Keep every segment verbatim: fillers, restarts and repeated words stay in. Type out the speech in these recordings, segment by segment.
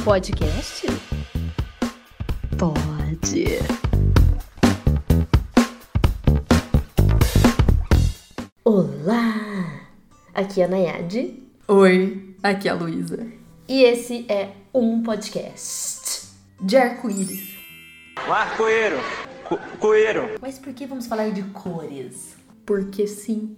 podcast? Pode. Olá! Aqui é a Nayade. Oi, aqui é a Luísa. E esse é um podcast de arco-íris. Um arco-íro. Co- coeiro. Mas por que vamos falar de cores? Porque sim.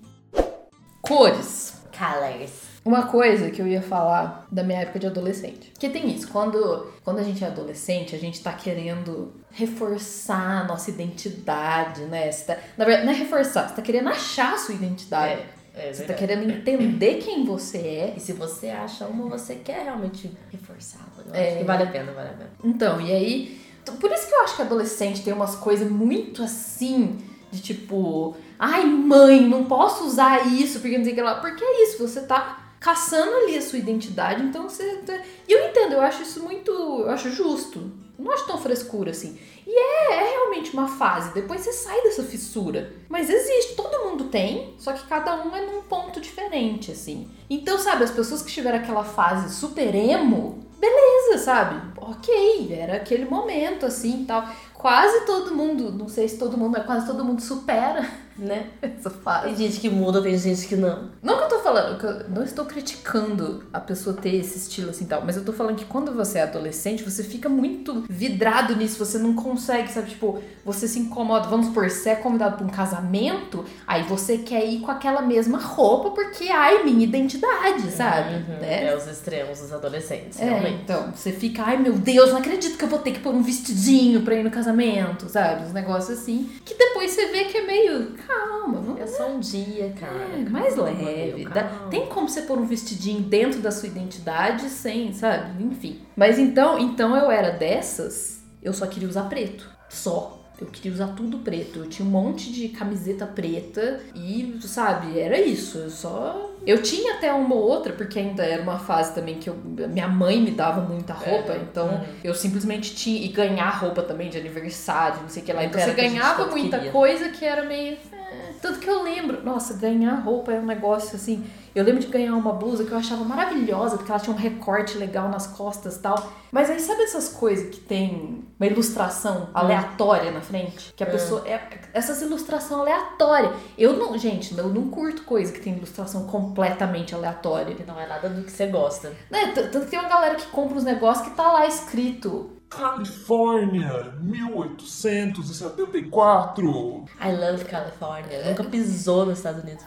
Cores. Colors. Uma coisa que eu ia falar da minha época de adolescente. Porque tem isso, quando, quando a gente é adolescente, a gente tá querendo reforçar a nossa identidade, né? Você tá, na verdade, não é reforçar, você tá querendo achar a sua identidade. É, é você tá querendo entender quem você é. E se você acha uma, você quer realmente reforçá-la. Eu É. acho que vale a pena, vale a pena. Então, e aí... Por isso que eu acho que adolescente tem umas coisas muito assim... De tipo... Ai, mãe, não posso usar isso, porque não sei o que lá. Porque é isso, você tá caçando ali a sua identidade, então você... E eu entendo, eu acho isso muito... Eu acho justo. Eu não acho tão frescura assim. E é, é realmente uma fase, depois você sai dessa fissura. Mas existe, todo mundo tem, só que cada um é num ponto diferente, assim. Então, sabe, as pessoas que tiveram aquela fase super emo... Beleza, sabe? Ok, era aquele momento, assim, tal. Quase todo mundo, não sei se todo mundo, mas quase todo mundo supera, né? Essa fase. Tem gente que muda, tem gente que não. Não que eu tô falando, que eu não estou criticando a pessoa ter esse estilo assim tal, mas eu tô falando que quando você é adolescente, você fica muito vidrado nisso, você não consegue, sabe? Tipo, você se incomoda, vamos supor, você é convidado pra um casamento, aí você quer ir com aquela mesma roupa porque, ai, minha identidade, sabe? Uhum, né? É os extremos dos adolescentes, É, realmente. então, você fica, ai meu Deus, não acredito que eu vou ter que pôr um vestidinho pra ir no casamento, sabe? Uns negócios assim, que depois você vê que é meio, calma, vamos... É só um dia, cara. É, mais Calma, leve. meu, Dá- calma. tem como você pôr um vestidinho dentro da sua identidade sem, sabe? Enfim. Mas então, então eu era dessas, eu só queria usar preto. Só. Eu queria usar tudo preto. Eu tinha um monte de camiseta preta e, sabe, era isso. Eu só... Eu tinha até uma ou outra, porque ainda era uma fase também que eu, minha mãe me dava muita roupa, É. então Uhum. eu simplesmente tinha... E ganhar roupa também de aniversário, não sei o que lá. Então Era você o que a gente ganhava tanto muita queria. coisa que era meio... é. Tanto que eu lembro... Nossa, ganhar roupa é um negócio assim... Eu lembro de ganhar uma blusa que eu achava maravilhosa, porque ela tinha um recorte legal nas costas e tal. Mas aí sabe essas coisas que tem uma ilustração aleatória na frente? Que a Hum. pessoa... É, essas ilustrações aleatórias. Eu não... Gente, eu não curto coisa que tem ilustração completamente aleatória. Que não é nada do que você gosta. Né? T- Tanto que tem uma galera que compra uns negócios que tá lá escrito... Califórnia, mil oitocentos e setenta e quatro. I love California. Nunca pisou nos Estados Unidos.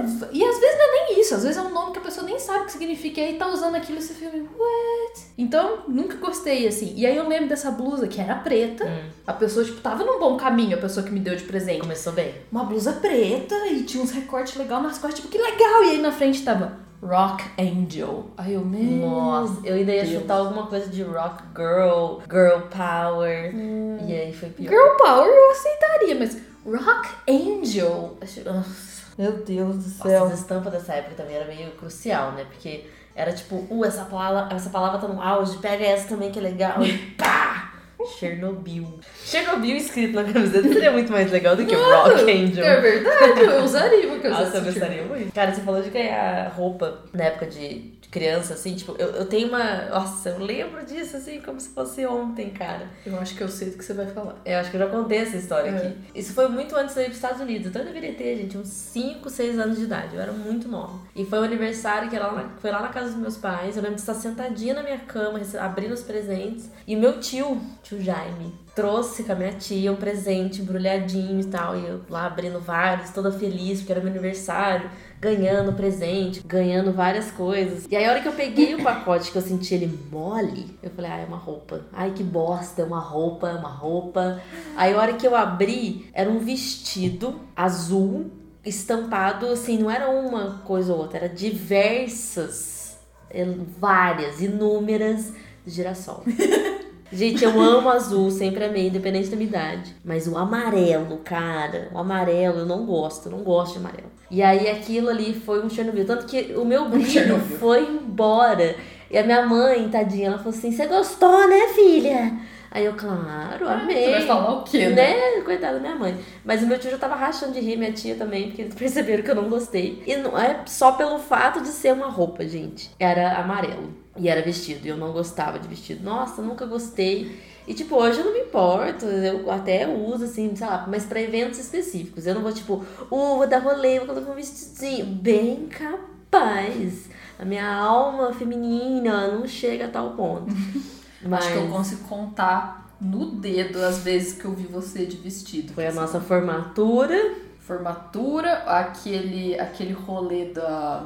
E às vezes não é nem isso, às vezes é um nome que a pessoa nem sabe o que significa, e aí tá usando aquilo e você fica, what? Então, nunca gostei, assim. E aí eu lembro dessa blusa que era preta, Hum. a pessoa, tipo, tava num bom caminho, a pessoa que me deu de presente. Começou bem. Uma blusa preta e tinha uns recortes legais nas costas, tipo, que legal! E aí na frente tava Rock Angel. Aí eu, meu Nossa, eu ainda ia Deus. chutar alguma coisa de rock girl, girl power. E aí foi pior. Girl Power eu aceitaria, mas Rock Angel... acho- ah, Meu Deus do Nossa, céu. as estampas dessa época também era meio crucial, né? Porque era tipo, uh, essa palavra, essa palavra tá no auge, pega essa também que é legal. E pá! Chernobyl. Chernobyl escrito na camiseta seria muito mais legal do que Rock Angel. É verdade, eu usaria uma coisa Nossa, eu assim. gostaria muito. Cara, você falou de ganhar roupa na época de criança, assim, tipo, eu, eu tenho uma... Nossa, eu lembro disso, assim, como se fosse ontem, cara. Eu acho que eu sei do que você vai falar. Eu acho que eu já contei essa história É. aqui. Isso foi muito antes de eu ir pros Estados Unidos, então eu deveria ter, gente, uns cinco, seis anos de idade. Eu era muito nova. E foi um aniversário que era lá na- foi lá na casa dos meus pais. Eu lembro de estar sentadinha na minha cama, rece- abrindo os presentes. E meu tio, tio Jaime, trouxe com a minha tia um presente embrulhadinho e tal. E eu lá abrindo vários, toda feliz, porque era meu aniversário. Ganhando presente, ganhando várias coisas. E aí a hora que eu peguei o pacote, que eu senti ele mole, eu falei, ah, é uma roupa. Ai, que bosta, é uma roupa, é uma roupa. Aí a hora que eu abri, era um vestido azul, estampado, assim, não era uma coisa ou outra, era diversas, eh, várias, inúmeras girassol. Gente, eu amo azul, sempre amei, independente da minha idade. Mas o amarelo, cara, o amarelo eu não gosto, eu não gosto de amarelo. E aí aquilo ali foi um Chernobyl, tanto que o meu brilho Chernobyl. foi embora. E a minha mãe, tadinha, ela falou assim, você gostou, né, filha? Aí eu, claro, Ah, amei. você vai falar o quê, né? né? Coitada da minha mãe. Mas o meu tio já tava rachando de rir, minha tia também, porque eles perceberam que eu não gostei. E não é só pelo fato de ser uma roupa, gente. Era amarelo. E era vestido. E eu não gostava de vestido. Nossa, nunca gostei. E, tipo, hoje eu não me importo, eu até uso, assim, sei lá, mas pra eventos específicos. Eu não vou, tipo, uh, vou dar rolê, vou colocar um vestidinho. Bem capaz. A minha alma feminina não chega a tal ponto. Mas Acho que eu consigo contar no dedo as vezes que eu vi você de vestido. foi a nossa formatura. Formatura, aquele, aquele rolê da...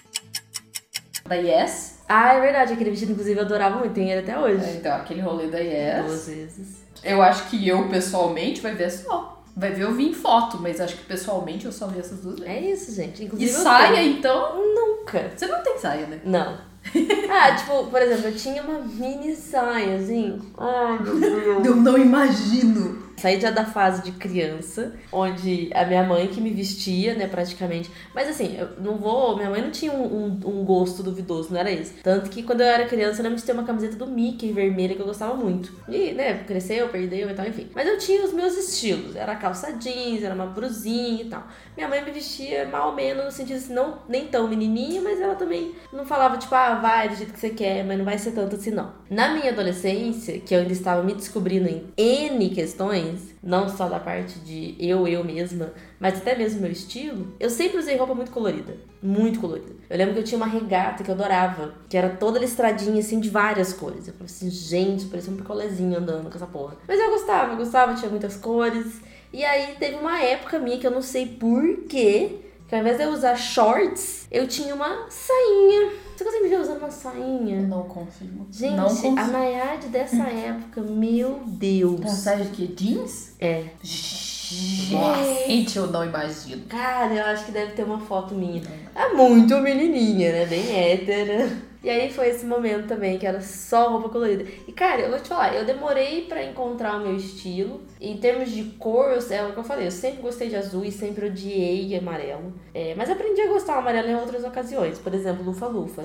da Yes. Ah, é verdade, aquele vestido, inclusive, eu adorava muito, tem ele até hoje. É, então, aquele rolê da Yes. Duas vezes. Eu acho que eu, pessoalmente, vai ver só. Vai ver eu vi em foto, mas acho que pessoalmente eu só vi essas duas vezes. É isso, gente. E Inclusive, eu saia, tenho. então? Nunca. Você não tem saia, né? Não. Ah, tipo, por exemplo, eu tinha uma mini saia, assim. Ai, meu Deus. Eu não imagino. Saí já da fase de criança, onde a minha mãe que me vestia, né, praticamente. Mas assim, eu não vou... Minha mãe não tinha um, um, um gosto duvidoso, não era isso. Tanto que quando eu era criança, eu lembro de ter uma camiseta do Mickey vermelha que eu gostava muito. E, né, cresceu, perdeu e tal, enfim. Mas eu tinha os meus estilos. Era calça jeans, era uma brusinha e tal. Minha mãe me vestia mal ou menos, no sentido assim, não nem tão menininha, mas ela também não falava, tipo, ah, vai do jeito que você quer, mas não vai ser tanto assim, não. Na minha adolescência, que eu ainda estava me descobrindo em N questões, não só da parte de eu, eu mesma, mas até mesmo meu estilo, eu sempre usei roupa muito colorida. Muito colorida. Eu lembro que eu tinha uma regata que eu adorava, que era toda listradinha, assim, de várias cores. Eu falei assim, gente, parecia um picolézinho andando com essa porra. Mas eu gostava, eu gostava, tinha muitas cores. E aí teve uma época minha que eu não sei porquê, que ao invés de eu usar shorts, eu tinha uma sainha. Você consegue me ver usando uma sainha? Não confirmo. Gente, não confirmo. a Nayade dessa época, meu Deus. Uma saia de quê? Jeans? É. Gente, eu não imagino. Cara, eu acho que deve ter uma foto minha. É muito menininha, né? Bem hétera. E aí foi esse momento também, que era só roupa colorida. E cara, eu vou te falar, eu demorei pra encontrar o meu estilo. Em termos de cor, é o que eu falei, eu sempre gostei de azul e sempre odiei amarelo. É, mas aprendi a gostar do amarelo em outras ocasiões. Por exemplo, lufa-lufa.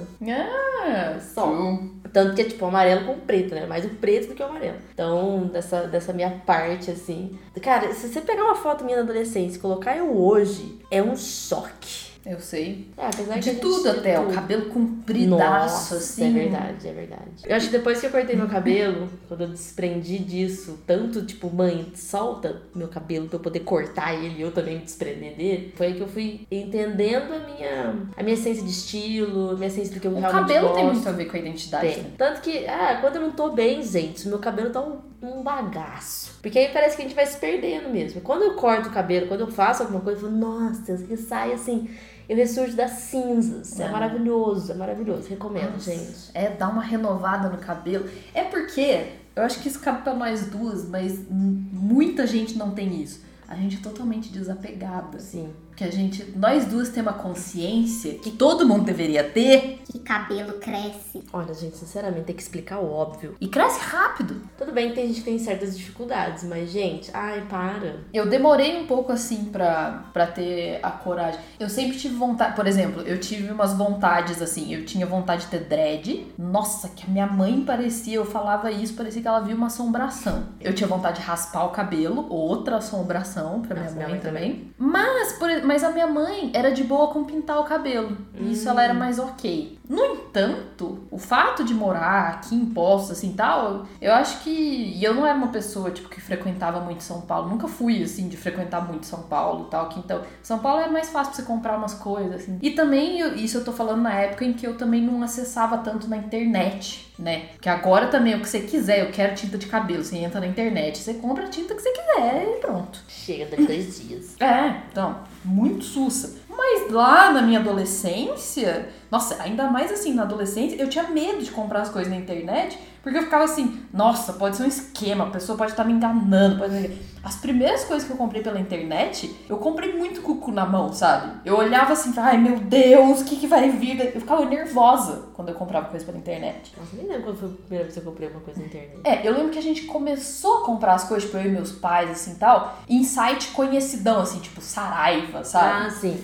Ah, Só. Tanto que é tipo amarelo com preto, né? Mais o preto do que o amarelo. Então, dessa, dessa minha parte, assim... Cara, se você pegar uma foto minha na adolescência e colocar eu hoje, é um choque. Eu sei. É, apesar que a De gente tudo tira até, tudo. o cabelo compridaço, Nossa, assim. é verdade, é verdade. Eu acho que depois que eu cortei meu cabelo, quando eu desprendi disso, tanto tipo, mãe, solta meu cabelo pra eu poder cortar ele e eu também me desprender dele, foi aí que eu fui entendendo a minha, a minha essência de estilo, a minha essência do que eu O realmente cabelo gosto. tem muito a ver com a identidade, Tem. né? Tanto que, ah, quando eu não tô bem, gente, meu cabelo tá um, um bagaço. Porque aí parece que a gente vai se perdendo mesmo. Quando eu corto o cabelo, quando eu faço alguma coisa, eu falo, nossa, eu saio assim... Eu ressurjo das cinzas. É, É. maravilhoso, é maravilhoso. Recomendo, Nossa, gente. É, dar uma renovada no cabelo. É porque, eu acho que isso cabe pra nós duas, mas m- muita gente não tem isso. A gente é totalmente desapegada. Sim. Porque a gente, nós duas temos uma consciência que todo mundo deveria ter Que cabelo cresce. Olha, gente, sinceramente, tem que explicar o óbvio. e cresce rápido. Tudo bem que tem gente que tem certas dificuldades, mas, gente, ai, para. Eu demorei um pouco assim pra, pra ter a coragem. Eu sempre tive vontade, por exemplo, eu tive umas vontades assim, eu tinha vontade de ter dread. Nossa, que a minha mãe parecia, eu falava isso, parecia que ela via uma assombração. Eu tinha vontade de raspar o cabelo, outra assombração pra minha Nossa, mãe, minha mãe também. Mas, por, mas a minha mãe era de boa com pintar o cabelo. E isso ela era mais ok. No entanto, o fato de morar aqui em Poços, assim, tal, eu acho que... E eu não era uma pessoa, tipo, que frequentava muito São Paulo. Nunca fui, assim, de frequentar muito São Paulo e tal. Que, então, São Paulo é mais fácil pra você comprar umas coisas, assim. E também, eu- isso eu tô falando na época em que eu também não acessava tanto na internet, né? Porque agora também, o que você quiser, eu quero tinta de cabelo. Você entra na internet, você compra a tinta que você quiser e pronto. Chega daqui dois dias. É, então, muito sussa. Mas lá na minha adolescência, nossa, ainda mais assim, na adolescência, eu tinha medo de comprar as coisas na internet, porque eu ficava assim, nossa, pode ser um esquema, a pessoa pode estar me enganando, pode... As primeiras coisas que eu comprei pela internet, eu comprei muito com o cu na mão, sabe? Eu olhava assim, ai meu Deus, o que que vai vir? Eu ficava nervosa quando eu comprava coisa pela internet. Nossa, nem lembro quando foi a primeira vez que eu comprei uma coisa na internet. É, eu lembro que a gente começou a comprar as coisas, tipo, eu e meus pais, assim, tal, em site conhecidão, assim, tipo, Saraiva, sabe? Ah, sim, é.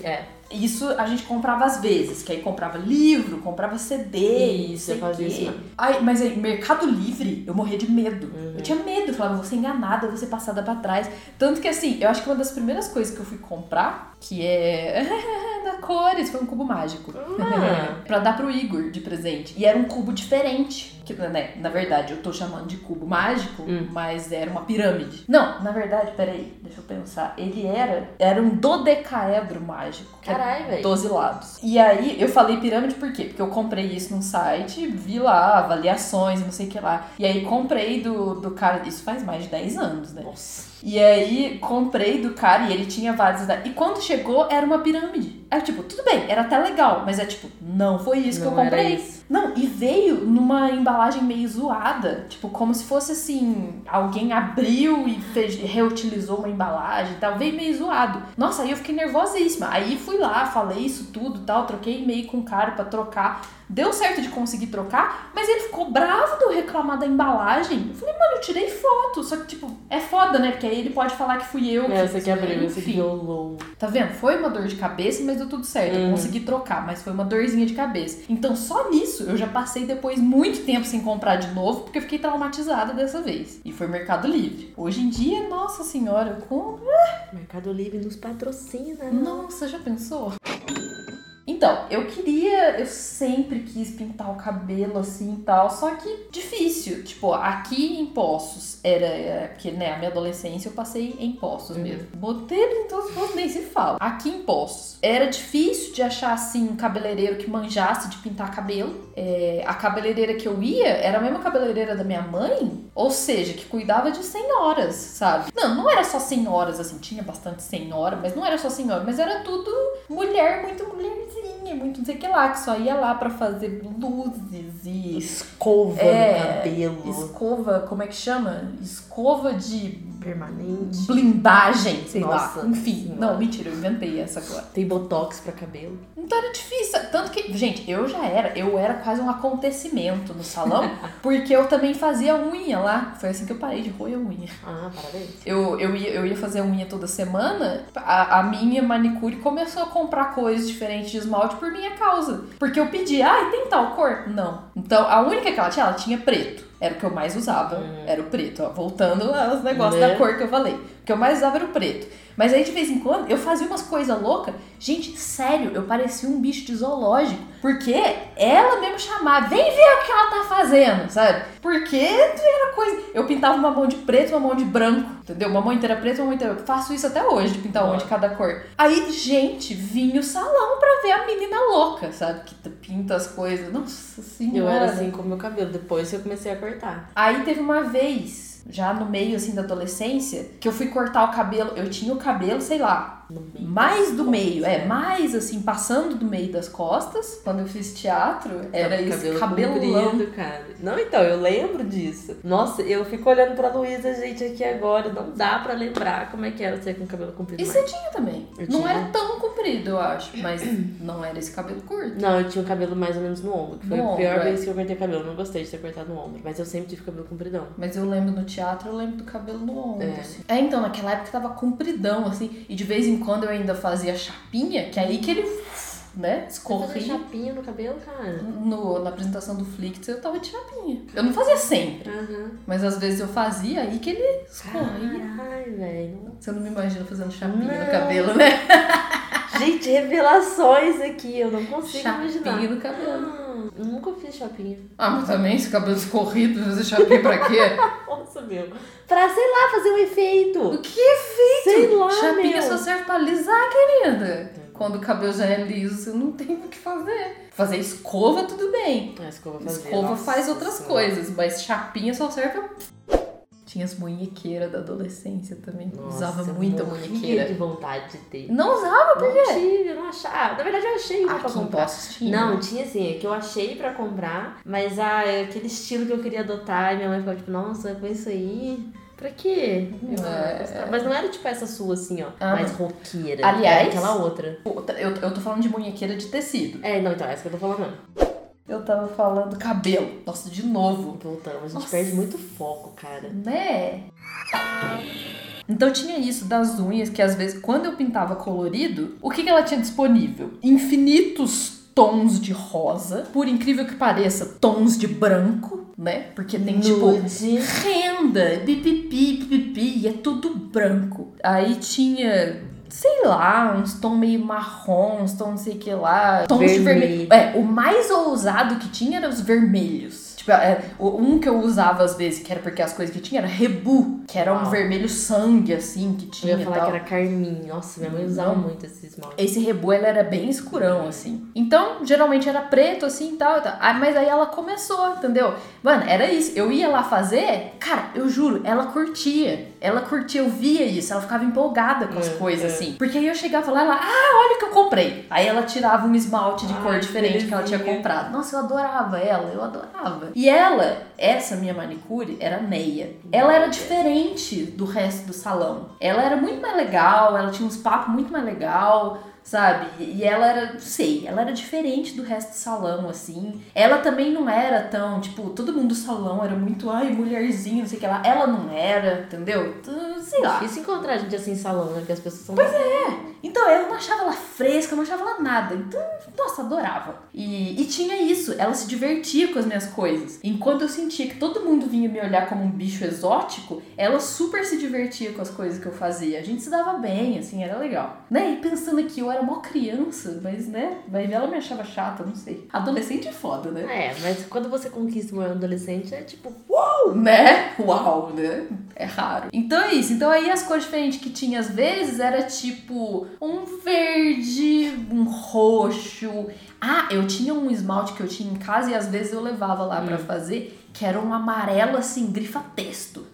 Isso a gente comprava às vezes, que aí comprava livro, comprava C D, Isso, eu fazia isso mesmo. Ai, mas aí, Mercado Livre, eu morria de medo. Uhum. Eu tinha medo, eu falava, vou ser enganada, vou ser passada pra trás. Tanto que assim, eu acho que uma das primeiras coisas que eu fui comprar, que é da Cores, foi um cubo mágico. Ah. Pra dar pro Igor de presente. E era um cubo diferente. Que, né, na verdade, eu tô chamando de cubo mágico, Hum. mas era uma pirâmide. Não, na verdade, peraí, deixa eu pensar. Ele era, era um dodecaedro mágico. que é Caralho, velho. doze lados. E aí, eu falei pirâmide por quê? Porque eu comprei isso num site, vi lá avaliações e não sei o que lá. E aí, comprei do, do cara, isso faz mais de dez anos, né? Nossa. E aí, comprei do cara e ele tinha vários... E quando chegou, era uma pirâmide. Aí, tipo, tudo bem, era até legal, mas é tipo, não foi isso que Não eu comprei. era isso. Não, e veio numa embalagem meio zoada. Tipo, como se fosse assim, alguém abriu e fez, reutilizou uma embalagem e tal. Veio meio zoado. Nossa, aí eu fiquei nervosíssima. Aí fui lá, falei isso tudo e tal, troquei e-mail com o cara pra trocar. Deu certo de conseguir trocar, mas ele ficou bravo de eu reclamar da embalagem. Eu falei, mano, eu tirei foto. Só que, tipo, é foda, né? Porque aí ele pode falar que fui eu. É, que você fiz, que abriu, né? você que Enfim. violou. Tá vendo? Foi uma dor de cabeça, mas deu tudo certo. Eu Uhum. consegui trocar, mas foi uma dorzinha de cabeça. Então, só nisso, eu já passei depois muito tempo sem comprar de novo, porque eu fiquei traumatizada dessa vez. E foi Mercado Livre. Hoje em dia, nossa senhora, eu compro... Mercado Livre nos patrocina. Nossa, já pensou? Então, eu queria, eu sempre quis pintar o cabelo assim e tal, só que difícil. Tipo, aqui em Poços era, é, porque né, a minha adolescência eu passei em Poços Uhum. mesmo. Botelho em todos os pontos, nem se fala. Aqui em Poços era difícil de achar assim um cabeleireiro que manjasse de pintar cabelo. É, a cabeleireira que eu ia era a mesma cabeleireira da minha mãe, ou seja, que cuidava de senhoras, sabe? Não, não era só senhoras, assim, tinha bastante senhora, mas não era só senhora, mas era tudo mulher, muito mulherzinha, muito não sei o que lá, que só ia lá pra fazer luzes e... Escova É, no cabelo. escova, como é que chama? Escova de Permanente. blindagem, sei Nossa lá. Enfim, Senhora. não, mentira, eu inventei essa agora. Tem botox pra cabelo. Então era difícil, tanto que, gente, eu já era, eu era quase um acontecimento no salão, porque eu também fazia unha lá, foi assim que eu parei de roer a unha. Ah, parabéns. Eu, eu, ia, eu ia fazer unha toda semana, a, a minha manicure começou a comprar cores diferentes de esmalte por minha causa, porque eu pedia, ai, tem tal cor? Não. Então, a única que ela tinha, ela tinha preto. Era o que eu mais usava, Hum. era o preto, ó, voltando aos negócios Né? da cor que eu falei. O que eu mais usava era o preto. Mas aí, de vez em quando, eu fazia umas coisas loucas. Gente, sério, eu parecia um bicho de zoológico. Porque ela mesmo chamava, vem ver o que ela tá fazendo, sabe? Porque era coisa... Eu pintava uma mão de preto e uma mão de branco, entendeu? Uma mão inteira preta e uma mão inteira... Eu faço isso até hoje, de pintar uma de cada cor. Aí, gente, vinha o salão pra ver a menina louca, sabe? Que pinta as coisas. Nossa senhora. Eu era assim com o meu cabelo, depois que eu comecei a cortar. Aí teve uma vez, já no meio assim da adolescência, que eu fui cortar o cabelo. Eu tinha o cabelo, sei lá, No meio mais das do meio, costas, é, né? mais assim, passando do meio das costas. Quando eu fiz teatro, era Tava isso, cabelo cabelão. comprido, cara. Não, então, eu lembro disso. Nossa, eu fico olhando pra Luísa, gente, aqui agora. Não dá pra lembrar como é que era ser com cabelo comprido E mais. você tinha também. Eu não tinha. era tão comprido, eu acho, mas não era esse cabelo curto. Não, eu tinha o cabelo mais ou menos no ombro, que foi No a pior ombro, é. vez que eu cortei cabelo. Eu não gostei de ter cortado no ombro, mas eu sempre tive cabelo compridão. Mas eu lembro no teatro, eu lembro do cabelo no ombro, É. assim. É, então, naquela época tava compridão, assim. E de vez em quando eu ainda fazia chapinha, que é aí que ele, né, Você fazia escorria. chapinha no cabelo, cara? No, na apresentação do Flix eu tava de chapinha. Eu não fazia sempre, Aham. mas às vezes eu fazia, aí que ele escorria. Caralho, velho. Você não me imagina fazendo chapinha Não. no cabelo, né? Gente, revelações aqui, eu não consigo Chapinha imaginar. no cabelo. Ah, eu nunca fiz chapinha. Ah, mas também esse cabelo escorrido, fazer chapinha pra quê? Nossa, meu. Pra, sei lá, fazer um efeito. O que efeito? Sei lá, Chapinha meu. só serve pra alisar, querida. Quando o cabelo já é liso, você não tem o que fazer. Fazer escova, tudo bem. A escova fazia. Escova Nossa faz outras Senhora. coisas, mas chapinha só serve pra... Tinha as munhequeiras da adolescência também. Nossa, Usava eu muita morria munhequeira. de vontade de ter. Não usava, por Não quê? tive, eu não achava. Na verdade, eu achei uma pra Aqui em comprar. Poços tinha. Não, tinha assim, é que eu achei pra comprar, mas ah, é aquele estilo que eu queria adotar, e minha mãe ficava tipo, nossa, com isso aí, pra quê? Eu, É. ah, gostava. Mas não era tipo essa sua assim, ó, Ah, mais não. roqueira. Aliás- era aquela outra. Eu, eu tô falando de munhequeira de tecido. É, não, então, essa que eu tô falando não. Eu tava falando cabelo. Nossa, de novo. Voltamos, a gente Nossa. perde muito foco, cara. Né? Então tinha isso das unhas, que às vezes, quando eu pintava colorido, o que, que ela tinha disponível? Infinitos tons de rosa, por incrível que pareça, tons de branco, né? Porque tem, Nude. tipo, renda, pipipi, pipipi, e é tudo branco. Aí tinha, sei lá, uns tons meio marrom, uns tons não sei o que lá, tons Vermelho. de vermelho. É, o mais ousado que tinha eram os vermelhos. Tipo, é, um que eu usava às vezes, que era porque as coisas que tinha era rebu, que era um Uau. vermelho sangue, assim, que Eu tinha ia falar e tal. que era carmim. Nossa, minha mãe usava muito esse esmalte. Esse rebu, ele era bem escurão, assim. Então, geralmente era preto, assim, e tal, e tal. Ah, mas aí ela começou, entendeu? Mano, era isso. Eu ia lá fazer, cara, eu juro, ela curtia. Ela curtia, eu via isso. Ela ficava empolgada com as É, coisas, é. assim. Porque aí eu chegava lá, ela, ah, olha o que eu comprei. Aí ela tirava um esmalte de Ai, cor que diferente que ela tinha belezinha. comprado. Nossa, eu adorava ela, eu adorava. E ela, essa minha manicure, era Neia. Ela era diferente do resto do salão. Ela era muito mais legal, ela tinha uns papos muito mais legal, sabe? E ela era, não sei, ela era diferente do resto do salão, assim. Ela também não era tão, tipo, todo mundo do salão era muito, ai, mulherzinha, não sei o que lá. Ela não era, entendeu? Então, sei lá. Difícil encontrar gente assim em salão, né? Porque as pessoas são... Pois é. Então, eu não achava ela fresca, eu não achava ela nada. Então, nossa, adorava. E, e tinha isso, ela se divertia com as minhas coisas. Enquanto eu sentia que todo mundo vinha me olhar como um bicho exótico, ela super se divertia com as coisas que eu fazia. A gente se dava bem, assim, era legal. Né? E pensando aqui, eu era mó criança, mas, né, vai ver, ela me achava chata, não sei. Adolescente é foda, né? É, mas quando você conquista um adolescente, é tipo, uau! Né? Uau, né? É raro. Então é isso. Então aí as cores diferentes que tinha às vezes era tipo um verde, um roxo. Ah, eu tinha um esmalte que eu tinha em casa e às vezes eu levava lá pra fazer, que era um amarelo assim, grifa-texto.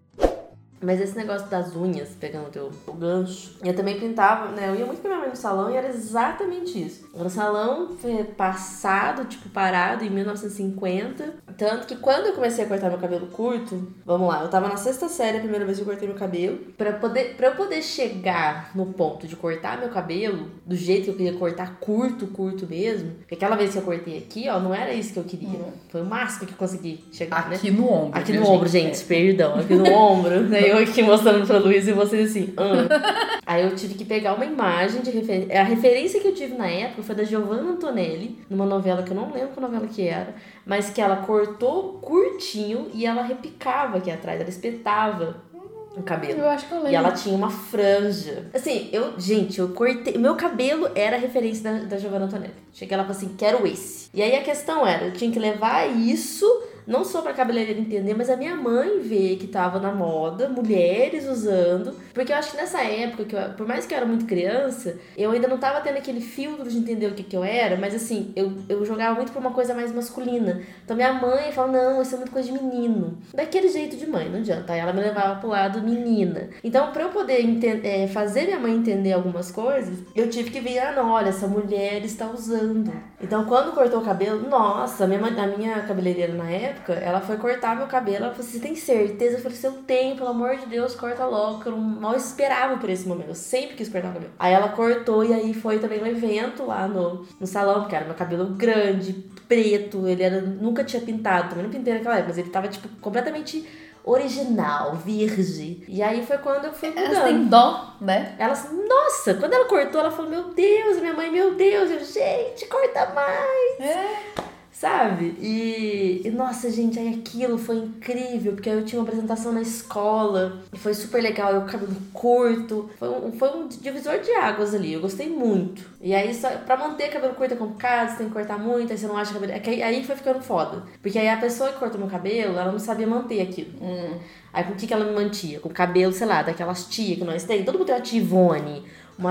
Mas esse negócio das unhas, pegando o teu o gancho, eu também pintava, né? Eu ia muito com minha mãe no salão e era exatamente isso. Era um salão eh, passado, tipo, parado em mil novecentos e cinquenta. Tanto que quando eu comecei a cortar meu cabelo curto, vamos lá, eu tava na sexta série a primeira vez que eu cortei meu cabelo. Pra, poder, pra eu poder chegar no ponto de cortar meu cabelo do jeito que eu queria cortar, curto, curto mesmo, porque aquela vez que eu cortei aqui, ó, não era isso que eu queria. Foi o máximo que eu consegui chegar, né? Aqui no ombro. Aqui viu, no ombro, gente, perdão. Aqui no ombro, né? Eu aqui mostrando pra Luiz e vocês assim, ah. Aí eu tive que pegar uma imagem de referência. A referência que eu tive na época foi da Giovanna Antonelli, numa novela que eu não lembro qual novela que era, mas que ela cortou curtinho e ela repicava aqui atrás, ela espetava o cabelo. Eu acho que eu lembro. E ela tinha uma franja. Assim, eu, gente, eu cortei. Meu cabelo era a referência da, da Giovanna Antonelli. Cheguei lá e falei assim, quero esse. E aí a questão era, eu tinha que levar isso, não só pra cabeleireira entender, mas a minha mãe ver que tava na moda, mulheres usando. Porque eu acho que nessa época, que eu, por mais que eu era muito criança, eu ainda não tava tendo aquele filtro de entender o que que eu era, mas assim, eu, eu jogava muito pra uma coisa mais masculina. Então minha mãe falava, não, isso é muito coisa de menino. Daquele jeito de mãe, não adianta. Aí ela me levava pro lado menina. Então, pra eu poder enten- é, fazer minha mãe entender algumas coisas, eu tive que ver, ah, não, olha, essa mulher está usando. Então, quando cortou o cabelo, nossa, a minha, mãe- a minha cabeleireira na época, ela foi cortar meu cabelo, ela falou, você tem certeza? Eu falei, se eu tenho, pelo amor de Deus, corta logo, que eu não, mal esperava por esse momento, eu sempre quis cortar o cabelo. Aí ela cortou e aí foi também um evento lá no, no salão, porque era meu cabelo grande, preto, ele era, nunca tinha pintado, também não pintei naquela época, mas ele tava, tipo, completamente original, virgem. E aí foi quando eu fui mudando. Elas têm dó, né? Ela assim, nossa, quando ela cortou, ela falou, meu Deus, minha mãe, meu Deus, eu, gente, corta mais. É. Sabe? E, e, nossa, gente, aí aquilo foi incrível, porque aí eu tinha uma apresentação na escola, e foi super legal, eu cabelo curto, foi um, foi um divisor de águas ali, eu gostei muito. E aí, só, pra manter cabelo curto é complicado, você tem que cortar muito, aí você não acha cabelo... É que aí, aí foi ficando foda, porque aí a pessoa que cortou meu cabelo, ela não sabia manter aquilo. Hum. Aí com o que que ela me mantinha? Com o cabelo, sei lá, daquelas tias que nós tem, todo mundo tem uma tia Ivone, uma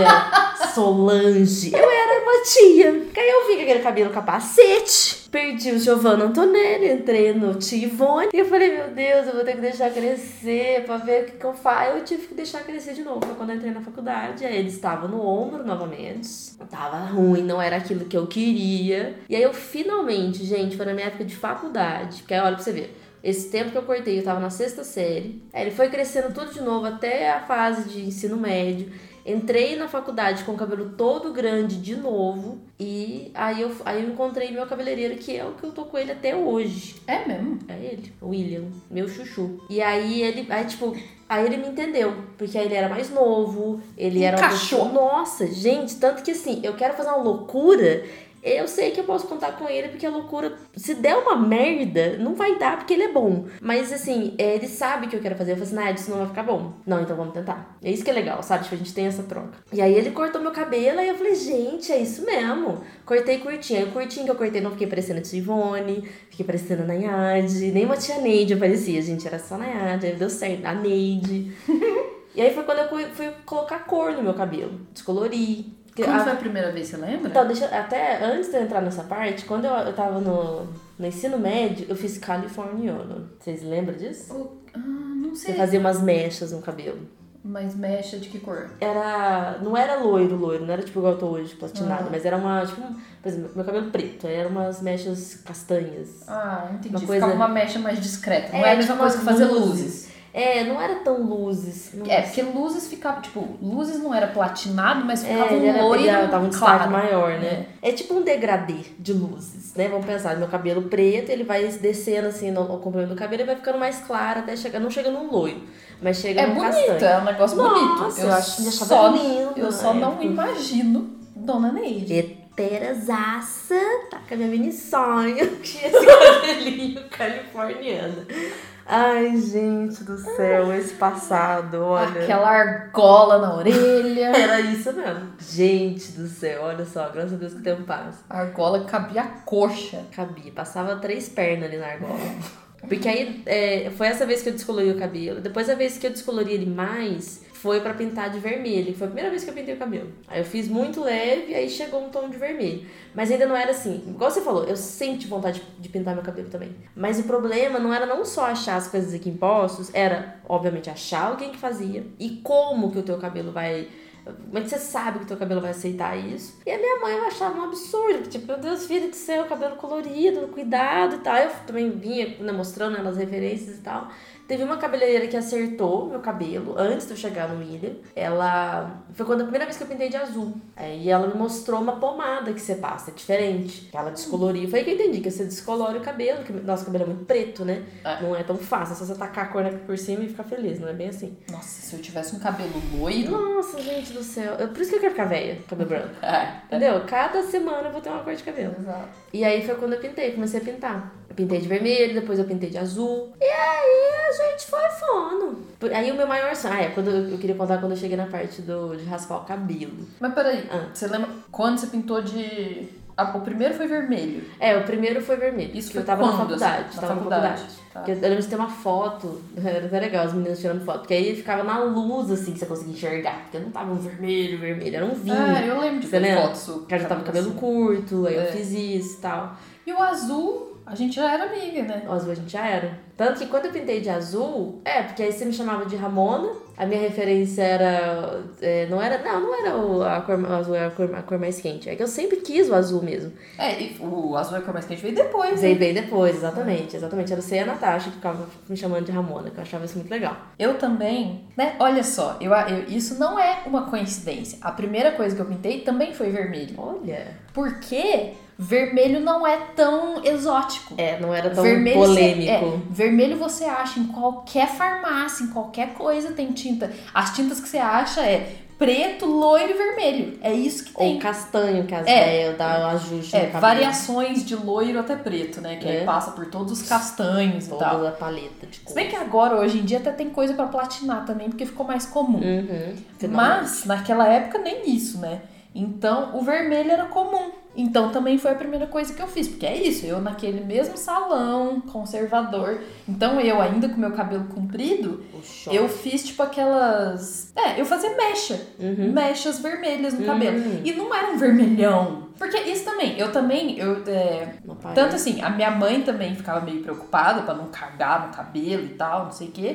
tia Solange. Eu era uma tia. Porque aí eu vi com aquele cabelo capacete. Perdi o Giovanna Antonelli, entrei no tia Ivone. E eu falei, meu Deus, eu vou ter que deixar crescer pra ver o que, que eu faço. Eu tive que deixar crescer de novo. Foi quando eu entrei na faculdade. Aí ele estava no ombro novamente. Tava ruim, não era aquilo que eu queria. E aí eu finalmente, gente, foi na minha época de faculdade. Porque aí olha pra você ver. Esse tempo que eu cortei, eu tava na sexta série. Aí ele foi crescendo tudo de novo até a fase de ensino médio. Entrei na faculdade com o cabelo todo grande de novo. E aí eu, aí eu encontrei meu cabeleireiro, que é o que eu tô com ele até hoje. É mesmo? É ele, o William, meu chuchu. E aí ele, aí tipo, aí ele me entendeu. Porque aí ele era mais novo, ele era uma pessoa... Nossa, gente, tanto que assim, eu quero fazer uma loucura... Eu sei que eu posso contar com ele, porque a loucura, se der uma merda, não vai dar, porque ele é bom. Mas assim, ele sabe o que eu quero fazer. Eu falei assim, Nádia, isso não vai ficar bom. Não, então vamos tentar. É isso que é legal, sabe? Tipo, a gente tem essa troca. E aí ele cortou meu cabelo, aí eu falei, gente, é isso mesmo. Cortei curtinho. Aí o curtinho que eu cortei não fiquei parecendo a tia Ivone, fiquei parecendo a Nayade. Nem uma tia Neide aparecia, gente, era só a Nayade. Aí deu certo, a Neide. E aí foi quando eu fui colocar cor no meu cabelo. Descolori. Quando a... foi a primeira vez, você lembra? Então, deixa, até antes de eu entrar nessa parte, quando eu, eu tava no, no ensino médio, eu fiz californiano. Vocês lembram disso? O, ah, não sei. Você fazia umas mechas no cabelo. Mas mecha de que cor? Era... Não era loiro, loiro. Não era tipo igual eu tô hoje, platinado. Ah. Mas era uma, tipo... Por exemplo, meu cabelo preto. Aí eram umas mechas castanhas. Ah, entendi. Uma Ficava coisa... uma mecha mais discreta. Não é, é a mesma tipo coisa que fazer luzes. luzes. É, não era tão luzes. Não é, porque luzes ficava, tipo, luzes não era platinado, mas ficava é, um era, loiro era, tava um destaque claro. maior, né? É. é tipo um degradê de luzes, né? Vamos pensar, meu cabelo preto, ele vai descendo assim no, no comprimento do cabelo e vai ficando mais claro até chegar, não chega num loiro, mas chega é num bonito, castanho. É um negócio Nossa, bonito. Eu, eu acho só, lindo. Eu só não imagino Dona Neide. Heterazaça, tá com a minha mini sonho, que é esse cabelinho californiano. Ai, gente do céu, esse passado, olha. Aquela argola na orelha. Era isso mesmo. Gente do céu, olha só, graças a Deus que o tempo passa. A argola cabia a coxa. Cabia, passava três pernas ali na argola. Porque aí, é, foi essa vez que eu descolori o cabelo. Depois a vez que eu descolori ele mais, foi pra pintar de vermelho. Foi a primeira vez que eu pintei o cabelo. Aí eu fiz muito leve, aí chegou um tom de vermelho. Mas ainda não era assim. Igual você falou, eu senti vontade de pintar meu cabelo também. Mas o problema não era não só achar as coisas aqui em Poços, era, obviamente, achar alguém que fazia. E como que o teu cabelo vai... Como é que você sabe que teu cabelo vai aceitar isso? E a minha mãe eu achava um absurdo. Tipo, meu Deus, filho do céu, cabelo colorido, cuidado e tal. Eu também vinha né, mostrando elas referências e tal. Teve uma cabeleireira que acertou meu cabelo antes de eu chegar no William. Ela... Foi quando a primeira vez que eu pintei de azul. Aí ela me mostrou uma pomada que você passa, é diferente. Que ela descoloriu. Foi aí que eu entendi, que você descolore o cabelo. Que nosso cabelo é muito preto, né? É. Não é tão fácil. É só você tacar a cor por cima e ficar feliz. Não é bem assim. Nossa, se eu tivesse um cabelo loiro... Nossa, gente do céu. Eu, por isso que eu quero ficar velha, cabelo branco. É. Entendeu? Cada semana eu vou ter uma cor de cabelo. Exato. E aí foi quando eu pintei. Comecei a pintar. Eu pintei de vermelho, depois eu pintei de azul. E aí a gente foi fono. Aí o meu maior sonho... Ah, é, quando eu, eu queria contar quando eu cheguei na parte do, de raspar o cabelo. Mas peraí, ah. você lembra quando você pintou de... Ah, o primeiro foi vermelho. É, o primeiro foi vermelho. Isso foi eu tava quando, na faculdade. Assim, na tava faculdade. na faculdade. Tá. Eu lembro de ter uma foto, era até legal, as meninas tirando foto, porque aí ficava na luz, assim, que você conseguia enxergar. Porque não tava um vermelho, vermelho, era um vinho. Ah, eu lembro de ver fotos. Porque eu já tava com cabelo assim. curto, aí é. eu fiz isso e tal. E o azul, a gente já era amiga, né? O azul a gente já era. Tanto que quando eu pintei de azul, é, porque aí você me chamava de Ramona, a minha referência era, é, não era, não, não era o, a cor, o azul, era a cor, a cor mais quente. É que eu sempre quis o azul mesmo. É, e o azul é a cor mais quente veio depois, Veio né? bem depois, exatamente, exatamente. Era você e a Natasha que ficava me chamando de Ramona, que eu achava isso muito legal. Eu também, né, olha só, eu, eu, isso não é uma coincidência. A primeira coisa que eu pintei também foi vermelho. Olha. Porque... vermelho não é tão exótico. É, não era tão vermelho polêmico. Você, é, vermelho você acha em qualquer farmácia, em qualquer coisa tem tinta. As tintas que você acha é preto, loiro e vermelho. É isso que tem. Ou castanho, que as é, velhas dá o ajuste é, no cabelo. Variações de loiro até preto, né? Que é. aí passa por todos os castanhos Toda e tal. Toda a paleta de cor. Se bem que agora, hoje em dia, até tem coisa pra platinar também, porque ficou mais comum. Uhum, mas, naquela época, nem isso, né? Então, o vermelho era comum. Então, também foi a primeira coisa que eu fiz. Porque é isso, eu naquele mesmo salão conservador. Então, eu ainda com meu cabelo comprido, eu fiz, tipo, aquelas... É, eu fazia mecha. Uhum. Mechas vermelhas no uhum. cabelo. E não era um vermelhão. Porque isso também, eu também... eu é, Tanto assim, a minha mãe também ficava meio preocupada pra não cagar no cabelo e tal, não sei o quê.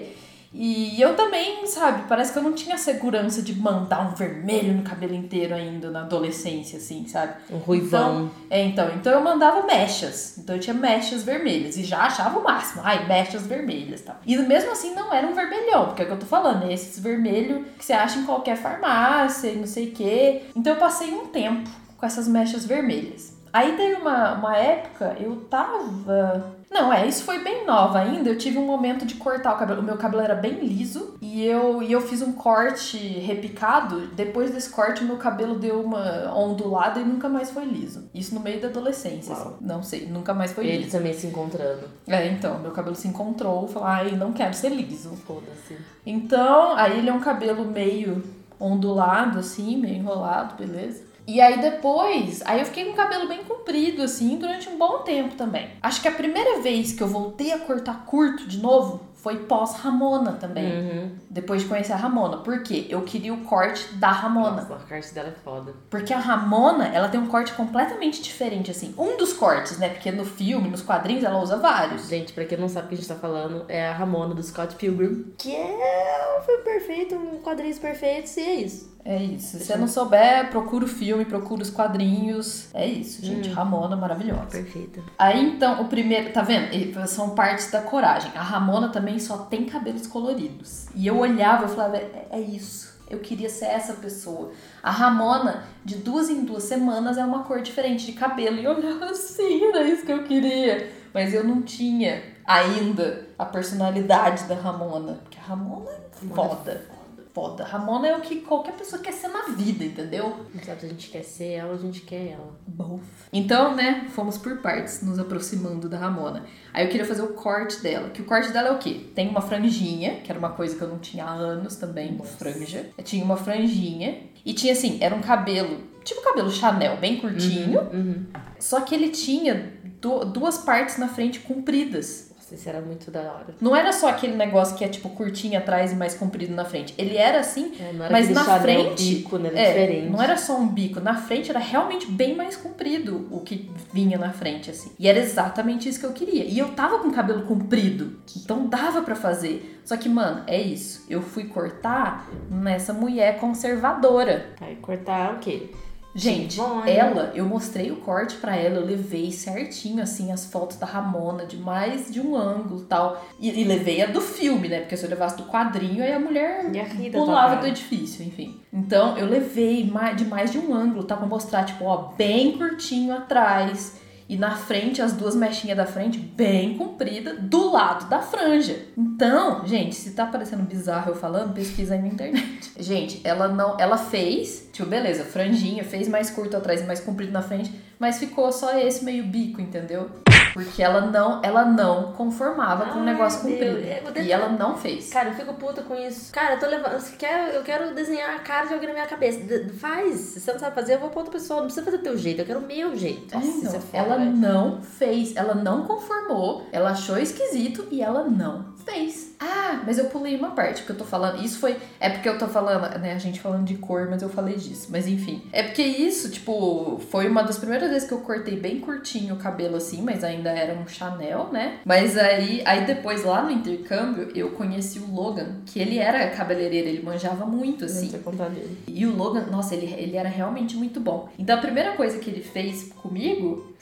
E eu também, sabe, parece que eu não tinha segurança de mandar um vermelho no cabelo inteiro ainda na adolescência, assim, sabe? Um ruivão. Então, é, então, então eu mandava mechas. Então eu tinha mechas vermelhas e já achava o máximo. Ai, mechas vermelhas e tal. E mesmo assim não era um vermelhão, porque é o que eu tô falando, é esses vermelhos que você acha em qualquer farmácia e não sei o quê. Então eu passei um tempo com essas mechas vermelhas. Aí teve uma, uma época, eu tava... Não, é, isso foi bem nova ainda. Eu tive um momento de cortar o cabelo. O meu cabelo era bem liso e eu, e eu fiz um corte repicado. Depois desse corte, o meu cabelo deu uma ondulada e nunca mais foi liso. Isso no meio da adolescência. Assim. Não sei, nunca mais foi Ele liso. também se encontrando. É, então, meu cabelo se encontrou. Falou, ai, não quero ser liso. Foda-se. Então, aí ele é um cabelo meio ondulado, assim, meio enrolado, beleza? E aí depois, aí eu fiquei com o cabelo bem comprido, assim, durante um bom tempo também. Acho que a primeira vez que eu voltei a cortar curto de novo foi pós-Ramona também. Uhum. Depois de conhecer a Ramona. Por quê? Eu queria o corte da Ramona. Nossa, o corte dela é foda. Porque a Ramona, ela tem um corte completamente diferente, assim. Um dos cortes, né? Porque no filme, nos quadrinhos, ela usa vários. Gente, pra quem não sabe o que a gente tá falando, é a Ramona do Scott Pilgrim. Que é um filme perfeito, um quadrinhos perfeitos, e é isso. É isso. Se você não souber, procura o filme, procura os quadrinhos. É isso, gente. Hum. Ramona maravilhosa. Perfeita. Aí então, o primeiro, tá vendo? São partes da coragem. A Ramona também só tem cabelos coloridos. E eu olhava e falava, é, é isso. Eu queria ser essa pessoa. A Ramona, de duas em duas semanas, é uma cor diferente de cabelo. E eu olhava assim, era isso que eu queria. Mas eu não tinha ainda a personalidade da Ramona. Porque a Ramona é foda. Foda. Ramona é o que qualquer pessoa quer ser na vida, entendeu? Não sabe se a gente quer ser ela, a gente quer ela. Both. Então, né, fomos por partes, nos aproximando da Ramona. Aí eu queria fazer o corte dela. Que o corte dela é o quê? Tem uma franjinha, que era uma coisa que eu não tinha há anos também, Nossa. franja. Eu tinha uma franjinha. E tinha assim, era um cabelo, tipo cabelo Chanel, bem curtinho. Uhum, uhum. Só que ele tinha do, duas partes na frente compridas. Isso era muito da hora. Não era só aquele negócio que é tipo curtinho atrás e mais comprido na frente. Ele era assim, é, não era mas na Chanel frente bico, né? é, diferente. Não era só um bico. Na frente era realmente bem mais comprido o que vinha na frente, assim. E era exatamente isso que eu queria. E eu tava com o cabelo comprido, então dava pra fazer. Só que, mano, é isso. Eu fui cortar nessa mulher conservadora. Aí cortar o quê? Gente, bom, ela, eu mostrei o corte pra ela, eu levei certinho, assim, as fotos da Ramona, de mais de um ângulo e tal. E, e levei a do filme, né? Porque se eu levasse do quadrinho, aí a mulher a pulava do edifício, enfim. Então, eu levei de mais de um ângulo, tá? Pra mostrar, tipo, ó, bem curtinho atrás. E na frente, as duas mechinhas da frente, bem comprida, do lado da franja. Então, gente, se tá parecendo bizarro eu falando, pesquisa aí na internet. Gente, ela não, ela fez, tipo, beleza, franjinha, fez mais curto atrás e mais comprido na frente, mas ficou só esse meio bico, entendeu? Porque ela não, ela não conformava com o um negócio comprido. Deus. E ela não fez. Cara, eu fico puta com isso. Cara, eu tô levando. Você quer, eu quero desenhar a cara de alguém na minha cabeça. De, faz. Se você não sabe fazer, eu vou pra outra pessoa. Não precisa fazer o teu jeito, eu quero o meu jeito. Nossa, é, então, isso é foda, ela véio. não fez, ela não conformou, ela achou esquisito e ela não fez. Ah, mas eu pulei uma parte, porque eu tô falando. Isso foi. É porque eu tô falando, né? A gente falando de cor, mas eu falei disso. Mas enfim. É porque isso, tipo, foi uma das primeiras vezes que eu cortei bem curtinho o cabelo assim, mas ainda era um Chanel, né? Mas aí, aí depois, lá no intercâmbio, eu conheci o Logan, que ele era cabeleireiro, ele manjava muito, assim. Dele. E o Logan, nossa, ele, ele era realmente muito bom. Então a primeira coisa que ele fez comigo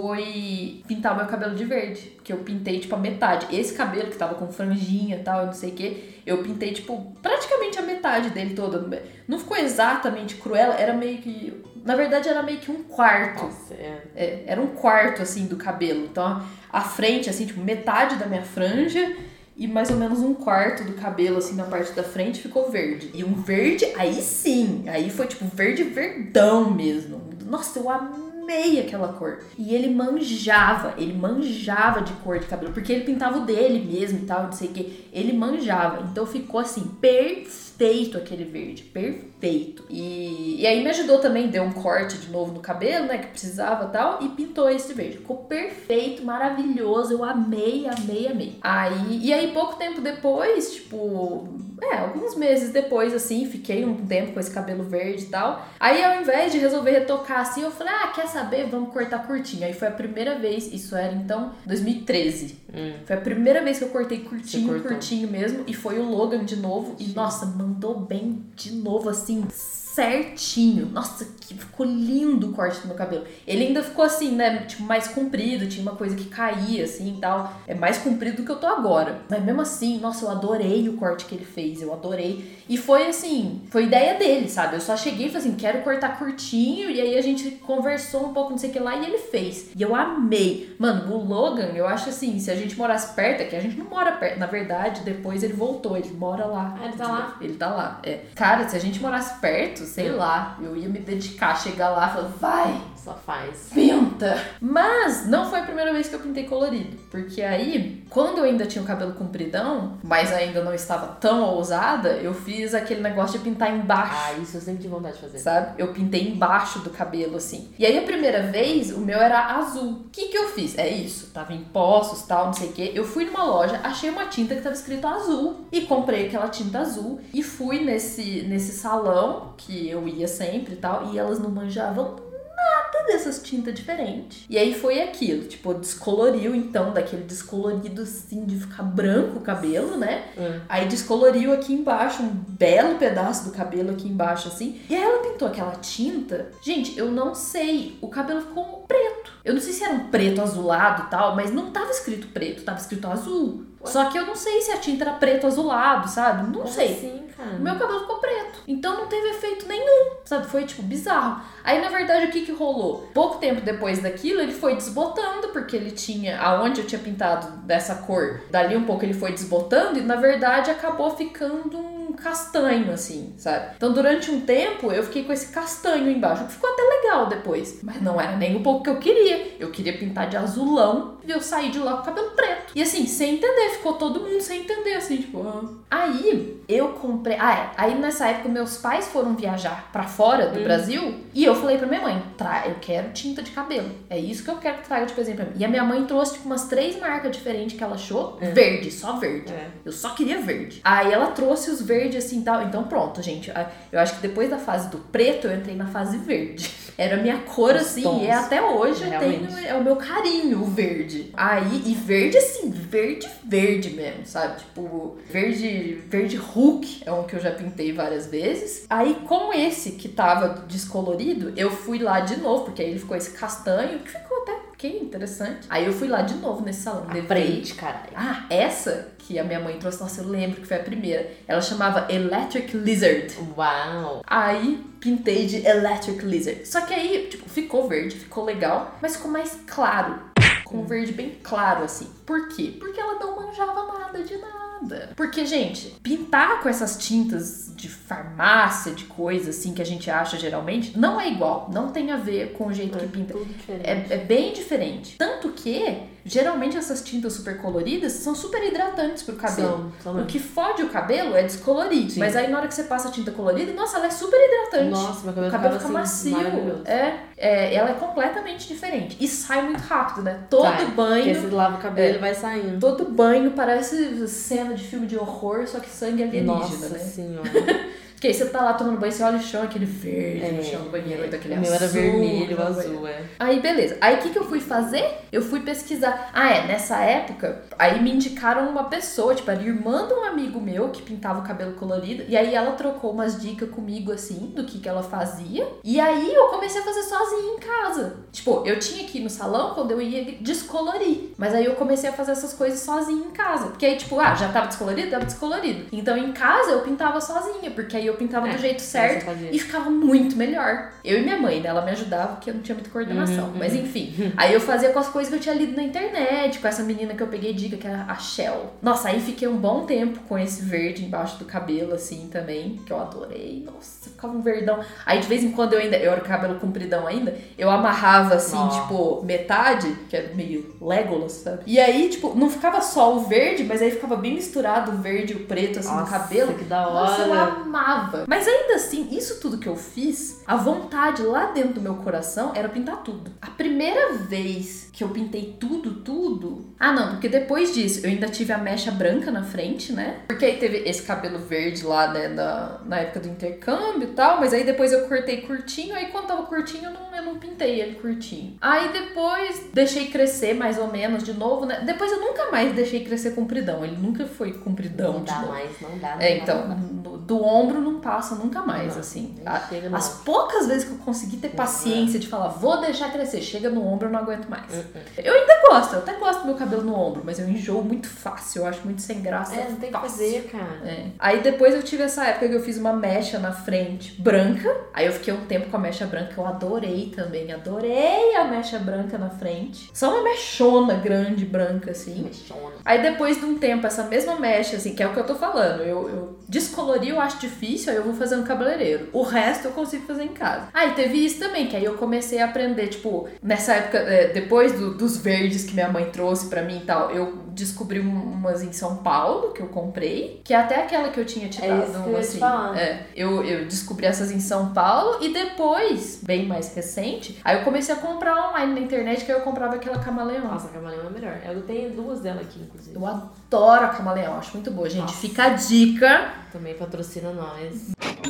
foi pintar o meu cabelo de verde. Que eu pintei, tipo, a metade. Esse cabelo que tava com franjinha e tal, eu não sei o que, eu pintei, tipo, praticamente a metade dele toda. Não ficou exatamente cruela, era meio que... Na verdade, era meio que um quarto. Nossa, é. É, era um quarto, assim, do cabelo. Então, a frente, assim, tipo, metade da minha franja e mais ou menos um quarto do cabelo, assim, na parte da frente ficou verde. E um verde, aí sim, aí foi, tipo, verde verdão mesmo. Nossa, eu amei aquela cor. E ele manjava, ele manjava de cor de cabelo, porque ele pintava o dele mesmo e tal, não sei o que. Ele manjava, então ficou, assim, perfeito. perfeito aquele verde, perfeito. E, e aí me ajudou também, deu um corte de novo no cabelo, né, que precisava e tal, e pintou esse verde. Ficou perfeito, maravilhoso, eu amei, amei, amei. Aí, e aí pouco tempo depois, tipo, é, alguns meses depois, assim, fiquei um tempo com esse cabelo verde e tal. Aí ao invés de resolver retocar assim, eu falei, ah, quer saber? Vamos cortar curtinho. Aí foi a primeira vez, isso era então dois mil e treze. Hum. Foi a primeira vez que eu cortei curtinho, curtinho mesmo. E foi o Logan de novo. E nossa, mandou bem de novo, assim, certinho. Nossa, que ficou lindo o corte do meu cabelo. Ele ainda ficou assim, né, tipo, mais comprido. Tinha uma coisa que caía, assim, e tal. É mais comprido do que eu tô agora. Mas mesmo assim, nossa, eu adorei o corte que ele fez. Eu adorei. E foi assim, foi ideia dele, sabe? Eu só cheguei e falei assim, quero cortar curtinho. E aí a gente conversou um pouco, não sei o que lá, e ele fez. E eu amei. Mano, o Logan, eu acho assim, se a gente morasse perto, é que a gente não mora perto. Na verdade, depois ele voltou, ele mora lá. Ah, ele tá lá? Ele tá lá, é. Cara, se a gente morasse perto, sei lá, eu ia me dedicar, chegar lá e falar, vai, só faz. Pinta! Mas não foi a primeira vez que eu pintei colorido. Porque aí, quando eu ainda tinha o cabelo compridão, mas ainda não estava tão ousada, eu fiz aquele negócio de pintar embaixo. Ah, isso eu sempre tive vontade de fazer. Sabe? Eu pintei embaixo do cabelo, assim. E aí, a primeira vez, o meu era azul. O que que eu fiz? É isso. Tava em Poços, tal, não sei o quê. Eu fui numa loja, achei uma tinta que tava escrito azul. E comprei aquela tinta azul. E fui nesse, nesse salão, que eu ia sempre e tal. E elas não manjavam nada dessas tintas diferentes. E aí foi aquilo, tipo, descoloriu então, daquele descolorido assim, de ficar branco o cabelo, né? Hum. Aí descoloriu aqui embaixo, um belo pedaço do cabelo aqui embaixo, assim. E aí ela pintou aquela tinta. Gente, eu não sei, o cabelo ficou preto. Eu não sei se era um preto azulado e tal, mas não tava escrito preto, tava escrito azul. Ué? Só que eu não sei se a tinta era preto azulado, sabe? Não Como sei. Assim, cara? O meu cabelo ficou preto. Então não teve efeito nenhum, sabe? Foi, tipo, bizarro. Aí, na verdade, o que que rolou? Pouco tempo depois daquilo, ele foi desbotando, porque ele tinha... Aonde eu tinha pintado dessa cor, dali um pouco ele foi desbotando e, na verdade, acabou ficando um castanho, assim, sabe? Então, durante um tempo, eu fiquei com esse castanho embaixo, que ficou até legal depois. Mas não era nem um pouco que eu queria. Eu queria pintar de azulão e eu saí de lá com o cabelo preto. E, assim, sem entender. Ficou todo mundo sem entender, assim, tipo... Ah. Aí, eu comprei... Ah, é. Aí, nessa época, meus pais foram viajar pra fora do hum. Brasil e eu falei pra minha mãe, Tra... eu quero tinta de cabelo. É isso que eu quero que traga de presente pra mim. E a minha mãe trouxe, tipo, umas três marcas diferentes que ela achou. É. Verde, só verde. É. Eu só queria verde. Aí ela trouxe os verdes, assim, tal. Então, pronto, gente. Eu acho que depois da fase do preto, eu entrei na fase verde. Era a minha cor, os assim, tons. E até hoje Realmente. eu tenho... É o meu carinho, o verde. Aí, e verde, assim, verde, verde mesmo, sabe? Tipo, verde, verde Hulk é um que eu já pintei várias vezes. Aí, com esse que tava descolorido, eu fui lá de novo, porque aí ele ficou esse castanho, que ficou até ok, interessante. Aí eu fui lá de novo nesse salão. Aprende, caralho. Ah, essa que a minha mãe trouxe, nossa, eu lembro que foi a primeira. Ela chamava Electric Lizard. Uau! Aí pintei de Electric Lizard. Só que aí, tipo, ficou verde, ficou legal, mas ficou mais claro. Com um verde bem claro, assim. Por quê? Porque ela não manjava nada de nada. Porque, gente, pintar com essas tintas de farmácia, de coisa assim que a gente acha geralmente, não é igual. Não tem a ver com o jeito é que pinta. Tudo diferente. É, é bem diferente. Tanto que, geralmente, essas tintas super coloridas são super hidratantes pro cabelo. São, são o que fode o cabelo é descolorir. Sim. Mas aí, na hora que você passa a tinta colorida, nossa, ela é super hidratante. Nossa, meu cabelo, o cabelo fica assim, macio. É, é, ela é completamente diferente. E sai muito rápido, né? Todo sai, banho... Porque você lava o cabelo e é, vai saindo. Todo banho parece cena de filme de horror, só que sangue alienígena, Nossa né? Senhora. Porque aí você tá lá tomando banho, você olha o chão, aquele verde é, no chão do banheiro, é, daquele o azul. meu era vermelho, azul, é. Aí, beleza. Aí, o que que eu fui fazer? Eu fui pesquisar. Ah, é, nessa época, aí me indicaram uma pessoa, tipo, era irmã de um amigo meu que pintava o cabelo colorido. E aí, ela trocou umas dicas comigo, assim, do que que ela fazia. E aí, eu comecei a fazer sozinha em casa. Tipo, eu tinha que ir no salão quando eu ia descolorir. Mas aí, eu comecei a fazer essas coisas sozinha em casa. Porque aí, tipo, ah, já tava descolorido? Tava descolorido. Então, em casa, eu pintava sozinha. Porque aí, aí eu pintava É, do jeito você certo fazia. e ficava muito melhor. Eu e minha mãe, né? Ela me ajudava porque eu não tinha muita coordenação. Uhum, Mas uhum. enfim, aí eu fazia com as coisas que eu tinha lido na internet, com essa menina que eu peguei dica, que era a Shell. Nossa, aí fiquei um bom tempo com esse verde embaixo do cabelo, assim, também, que eu adorei. Nossa, ficava um verdão. Aí de vez em quando eu ainda, eu era com o cabelo compridão ainda, eu amarrava assim, Nossa. tipo, metade, que é meio Legolas, sabe? E aí, tipo, não ficava só o verde, mas aí ficava bem misturado o verde e o preto, assim, no Nossa, cabelo. que da Nossa, eu hora. amava. Mas ainda assim, isso tudo que eu fiz, a vontade lá dentro do meu coração era pintar tudo. A primeira vez que eu pintei tudo, tudo... Ah, não, porque depois disso eu ainda tive a mecha branca na frente, né? Porque aí teve esse cabelo verde lá, né, na, na época do intercâmbio e tal, mas aí depois eu cortei curtinho, aí quando tava curtinho eu não, eu não pintei ele curtinho. Aí depois deixei crescer mais ou menos de novo, né? Depois eu nunca mais deixei crescer compridão, ele nunca foi compridão Não de dá novo. mais, não dá. Não É, dá, então, não dá. do, do ombro não passa nunca mais, Não, assim. nem A- chega no as ombro. poucas vezes que eu consegui ter paciência de falar, vou deixar crescer, chega no ombro, eu não aguento mais. Uh-uh. Eu ainda gosto, eu até gosto do meu cabelo no ombro, mas eu enjoo muito fácil, eu acho muito sem graça. É, não tem que fácil. fazer, cara. É. Aí depois eu tive essa época que eu fiz uma mecha na frente branca. Aí eu fiquei um tempo com a mecha branca, eu adorei também. Adorei a mecha branca na frente. Só uma mechona grande, branca, assim. Mexona. Aí depois de um tempo, essa mesma mecha, assim, que é o que eu tô falando, eu, eu descolorir eu acho difícil, aí eu vou fazer no cabeleireiro. O resto eu consigo fazer em casa. Aí teve isso também, que aí eu comecei a aprender, tipo, nessa época, é, depois do- dos verdes que minha mãe trouxe pra mim e tal, eu descobri um- umas em São Paulo que eu comprei, que é até aquela que eu tinha te É dado, isso que eu ia te assim. falar. É, eu, eu descobri essas em São Paulo e depois, bem mais recente, aí eu comecei a comprar online na internet, que aí eu comprava aquela camaleão. Nossa, a camaleão é melhor. Eu tenho duas dela aqui, inclusive. Eu adoro a camaleão, acho muito boa, gente. Nossa. Fica a dica. Também patrocina nós.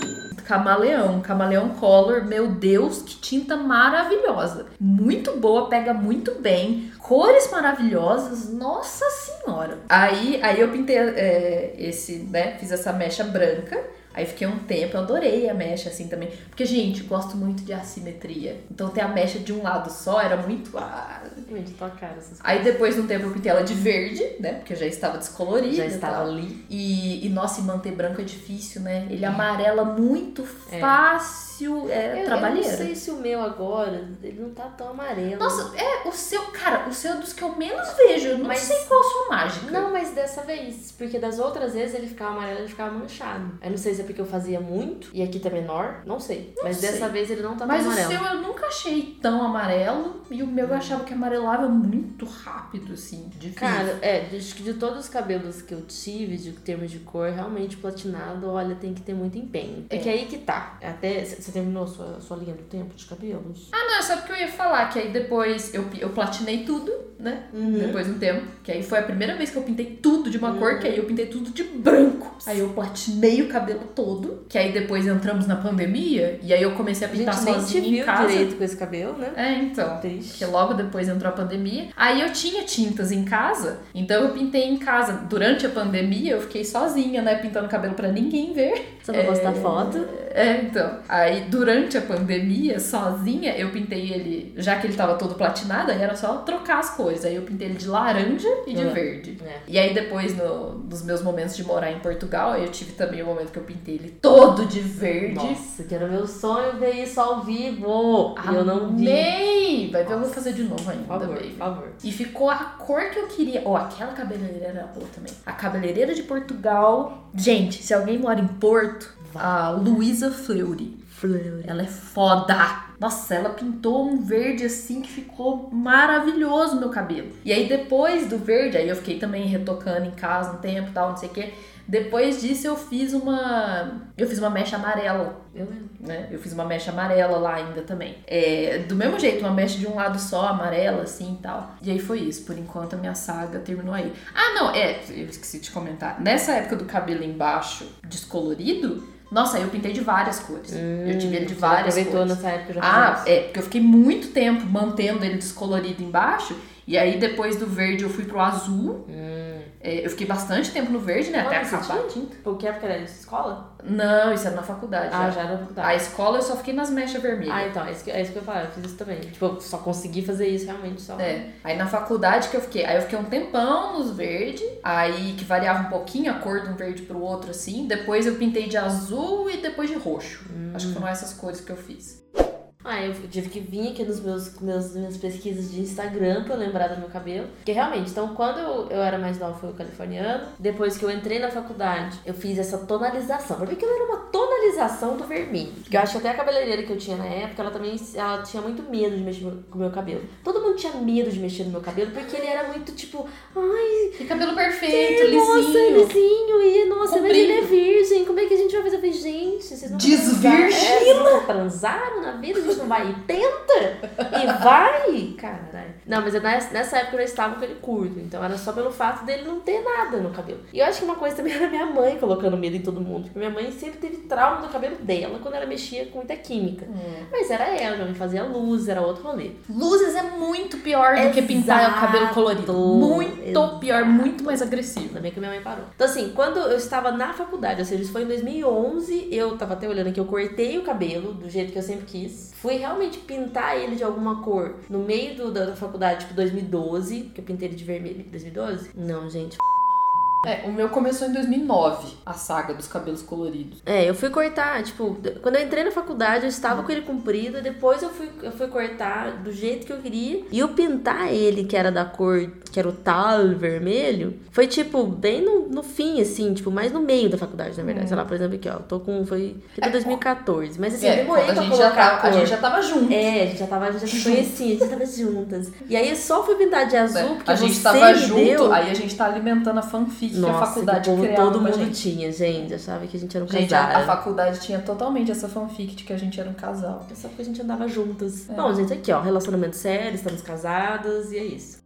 Camaleão, Camaleão Color, meu Deus, que tinta maravilhosa. Muito boa, pega muito bem, cores maravilhosas, nossa senhora. Aí, aí eu pintei é, esse, né, fiz essa mecha branca. Aí fiquei um tempo, eu adorei a mecha assim também. Porque, gente, gosto muito de assimetria. Então ter a mecha de um lado só era muito... Ah. Gente, tua cara essas coisas. Aí depois de um tempo eu pintei ela de verde, né? Porque já estava descolorida. Já e estava tal. ali. E, e, nossa, e manter branco é difícil, né? Ele amarela muito É. fácil, é Eu, eu trabalheira. não sei se o meu agora, ele não tá tão amarelo. Nossa, é, o seu, cara, o seu é dos que eu menos vejo. Eu não Mas- sei qual a sua mágica. Não, mas dessa vez. Porque das outras vezes ele ficava amarelo, ele ficava manchado. Eu não sei se é porque eu fazia muito e aqui tá menor. Não sei. Não mas sei. dessa vez ele não tá Mas tão o amarelo. seu eu nunca achei tão amarelo. E o meu eu achava que amarelava muito rápido, assim. Difícil. Cara, é, acho que de todos os cabelos que eu tive, de termos de cor, realmente platinado, olha, tem que ter muito empenho. É, É. que aí que tá. Até. Você terminou a sua, sua linha do tempo de cabelos? Ah, não, é só porque eu ia falar que aí depois eu, eu platinei tudo, né? Uhum. Depois de um tempo. Que aí foi a primeira vez que eu pintei tudo de uma Uhum. cor, que aí eu pintei tudo de branco. Aí eu platinei o cabelo todo. Que aí depois entramos na pandemia. E aí eu comecei a A pintar gente nem te sozinha em viu casa. direito com esse cabelo, né? É, então. Triste. Porque logo depois entrou a pandemia. Aí eu tinha tintas em casa, então eu pintei em casa. Durante a pandemia eu fiquei sozinha, né? Pintando cabelo pra ninguém ver. Você vai postar foto? É, então. Aí durante a pandemia, sozinha, eu pintei ele, já que ele tava todo platinado, aí era só trocar as cores. Aí eu pintei ele de laranja e de É. verde. É. E aí depois, no, nos meus momentos de morar em Portugal, aí eu tive também o momento que eu pintei ele todo de verde. Nossa, que era meu sonho ver isso ao vivo. E eu não vi. Amei! Vai ver, eu vou Nossa. fazer de novo ainda, Por favor, baby. por favor. E ficou a cor que eu queria. Oh, aquela cabeleireira era boa também. A cabeleireira de Portugal. Gente, se alguém mora em Porto, a Luísa Fleury. Fleur. Ela é foda. Nossa, ela pintou um verde assim que ficou maravilhoso no meu cabelo. E aí depois do verde, aí eu fiquei também retocando em casa um tempo, tal, não sei o quê. Depois disso eu fiz uma... Eu fiz uma mecha amarela. Eu lembro. Né? Eu fiz uma mecha amarela lá ainda também. É, do mesmo jeito, uma mecha de um lado só, amarela, assim e tal. E aí foi isso. Por enquanto a minha saga terminou aí. Ah, não, é, eu esqueci de comentar. Nessa época do cabelo embaixo descolorido, nossa, eu pintei de várias cores. eu tive ele de Você várias aproveitou cores. nessa época já Ah, fazia isso. é, porque eu fiquei muito tempo mantendo ele descolorido embaixo. E aí depois do verde eu fui pro azul. Hum. É, eu fiquei bastante tempo no verde, né? Até Quando você acabar a tinha? tinta. Por que época era isso? Escola? Não, isso era na faculdade. Ah, já. já era na faculdade. A escola eu só fiquei nas mechas vermelhas. Ah, então, é isso que, é isso que eu ia falar, eu fiz isso também. Tipo, eu só consegui fazer isso realmente só. É. Aí na faculdade que eu fiquei. Aí eu fiquei um tempão nos verdes. Aí que variava um pouquinho a cor de um verde pro outro, assim. Depois eu pintei de azul e depois de roxo. Hum. Acho que foram essas cores que eu fiz. Ah, eu tive que vir aqui nos meus, meus minhas pesquisas de Instagram pra eu lembrar do meu cabelo. Porque realmente, então quando eu, eu era mais nova foi o californiano. Depois que eu entrei na faculdade, eu fiz essa tonalização. Pra mim que ela era uma tonalização do vermelho. Porque eu acho que até a cabeleireira que eu tinha na época, ela também ela tinha muito medo de mexer com o meu cabelo. Todo mundo tinha medo de mexer no meu cabelo, porque ele era muito tipo, ai... Que cabelo perfeito, que, lisinho. Nossa, lisinho. E, nossa, mas ele é Comprido. virgem. Como é que a gente vai fazer? Eu falei, gente, vocês não Desvirgina. transaram, é, vocês nunca transaram na vida? A gente não vai e tenta? E vai? Caralho. Não, mas eu, nessa, nessa época eu já estava com ele curto. Então era só pelo fato dele não ter nada no cabelo. E eu acho que uma coisa também era minha mãe colocando medo em todo mundo. Porque minha mãe sempre teve trauma no cabelo dela quando ela mexia com muita química. Hum. Mas era ela, minha mãe fazia luz, era outro rolê. Luzes é muito pior do Exato. que pintar o cabelo colorido. Muito Exato. pior, muito mais agressivo. Ainda bem que minha mãe parou. Então assim, quando eu estava na faculdade, ou seja, isso foi em dois mil e onze, eu tava até olhando aqui, eu cortei o cabelo do jeito que eu sempre quis. Fui realmente pintar ele de alguma cor no meio do, da, da faculdade, tipo dois mil e doze, que eu pintei ele de vermelho. dois mil e doze? Não, gente. É, o meu começou em dois mil e nove, a saga dos cabelos coloridos. É, eu fui cortar, tipo, quando eu entrei na faculdade, eu estava com ele comprido, depois eu fui, eu fui cortar do jeito que eu queria, e eu pintar ele, que era da cor, que era o tal vermelho, foi, tipo, bem no, no fim, assim, tipo, mais no meio da faculdade, na verdade. Hum. Sei lá, por exemplo, aqui, ó, eu tô com, foi, tipo, dois mil e quatorze, mas assim, é, eu demorei pra a gente colocar já tá, a cor. A gente já tava junto. É, a gente já tava, a gente já se conhecia, a gente já tava juntas. E aí eu só fui pintar de azul, é, porque a gente você tava me junto, deu... aí a gente tá alimentando a fanfic Nossa, que a faculdade que criava todo pra mundo gente. tinha, gente. Achava que a gente era um gente, casal. A, a faculdade tinha totalmente essa fanfic de que a gente era um casal. É só porque a gente andava juntas. É. Bom, gente, aqui, ó, relacionamento sério, estamos casadas e é isso.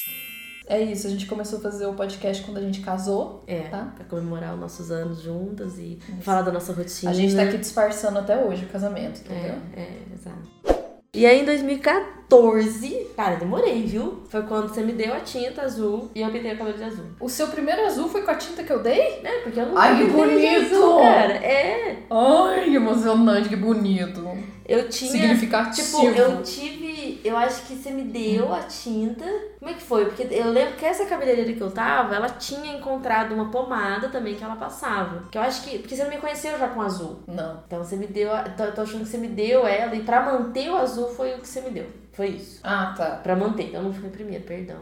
É isso, a gente começou a fazer o podcast quando a gente casou. É, tá? Pra comemorar os nossos anos juntas e isso. Falar da nossa rotina. A gente tá aqui disfarçando até hoje o casamento, entendeu? É, é, exato. E aí em dois mil e quatorze, cara, demorei, viu? Foi quando você me deu a tinta azul e eu pintei o cabelo de azul. O seu primeiro azul foi com a tinta que eu dei? É, porque eu não Ai, que pintei de bonito! azul, cara. É. Ai, que emocionante, que bonito. Eu tinha... Significativo. Tipo, eu tive... Eu acho que você me deu a tinta. Como é que foi? Porque eu lembro que essa cabeleireira que eu tava, ela tinha encontrado uma pomada também que ela passava. Que eu acho que... Porque você não me conheceu já com azul. Não. Então você me deu... a- Então eu tô achando que você me deu ela. E pra manter o azul foi o que você me deu. Foi isso. Ah, tá. Pra manter. Então não foi primeiro, perdão.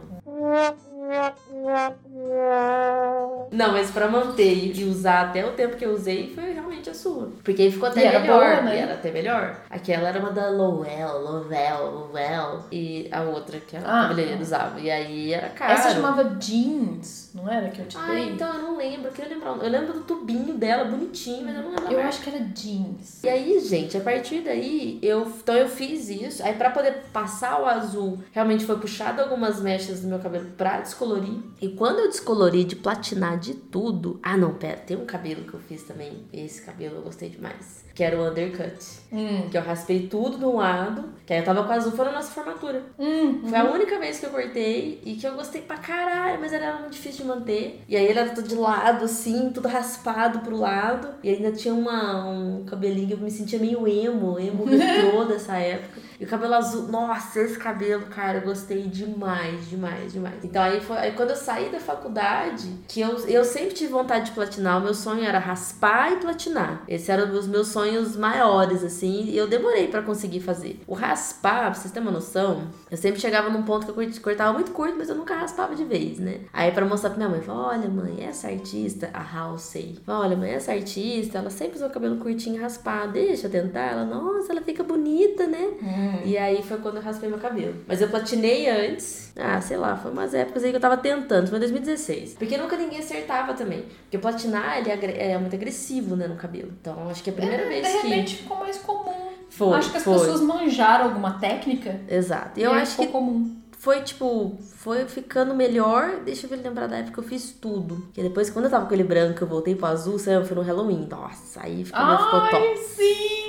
Não, mas pra manter e usar até o tempo que eu usei foi realmente a sua. Porque aí ficou até E era melhor. boa, né? E era até melhor. Aquela era uma da Lowell, Lowell, Lowell. E a outra que a Ah. cabeleireira usava. E aí era caro. Essa chamava jeans, não era que eu te Ah, dei? então eu não lembro. Eu queria lembrar. Eu lembro do tubinho dela, bonitinho, mas eu não lembro. a Eu marca. acho que era jeans. E aí, gente, a partir daí, eu, então eu fiz isso. Aí pra poder passar o azul, realmente foi puxado algumas mechas do meu cabelo pra descolorir. E quando eu descolori de platinar de tudo... Ah, não, pera, tem um cabelo que eu fiz também. Esse cabelo eu gostei demais. Que era o undercut. Hum. Que eu raspei tudo de um lado. Que aí eu tava com azul, foi na nossa formatura. Hum, Foi a única vez que eu cortei e que eu gostei pra caralho, mas era muito difícil de manter. E aí ele era todo de lado, assim, tudo raspado pro lado. E ainda tinha uma, um cabelinho que eu me sentia meio emo, emo retrô dessa época. E o cabelo azul, nossa, esse cabelo, cara, eu gostei demais, demais, demais. Então aí foi aí quando eu saí da faculdade, que eu, eu sempre tive vontade de platinar, o meu sonho era raspar e platinar. Esses eram os meus sonhos maiores, assim, e eu demorei pra conseguir fazer. O raspar, pra vocês terem uma noção, eu sempre chegava num ponto que eu cortava muito curto, mas eu nunca raspava de vez, né? Aí pra mostrar pra minha mãe, eu falava, olha mãe, essa artista, a Halsey, olha mãe, essa artista, ela sempre usou o cabelo curtinho e raspado, deixa eu tentar. Ela, nossa, ela fica bonita, né? Hum. E aí foi quando eu raspei meu cabelo. Mas eu platinei antes, ah, sei lá, foi umas épocas aí que eu tava tentando, foi em dois mil e dezesseis. Porque nunca ninguém acertava também. Porque platinar, ele é muito agressivo, né, no cabelo. Então acho que é a primeira é, vez de que... De repente ficou mais comum. Foi, Acho que as foi. pessoas manjaram alguma técnica. Exato. E E eu aí acho ficou que comum. foi, tipo, foi ficando melhor. Deixa eu ver lembrar da época que eu fiz tudo. Porque depois, quando eu tava com ele branco, eu voltei pro azul, sabe? Eu fui no Halloween. Nossa, aí ficou, ficou top. Ai, sim!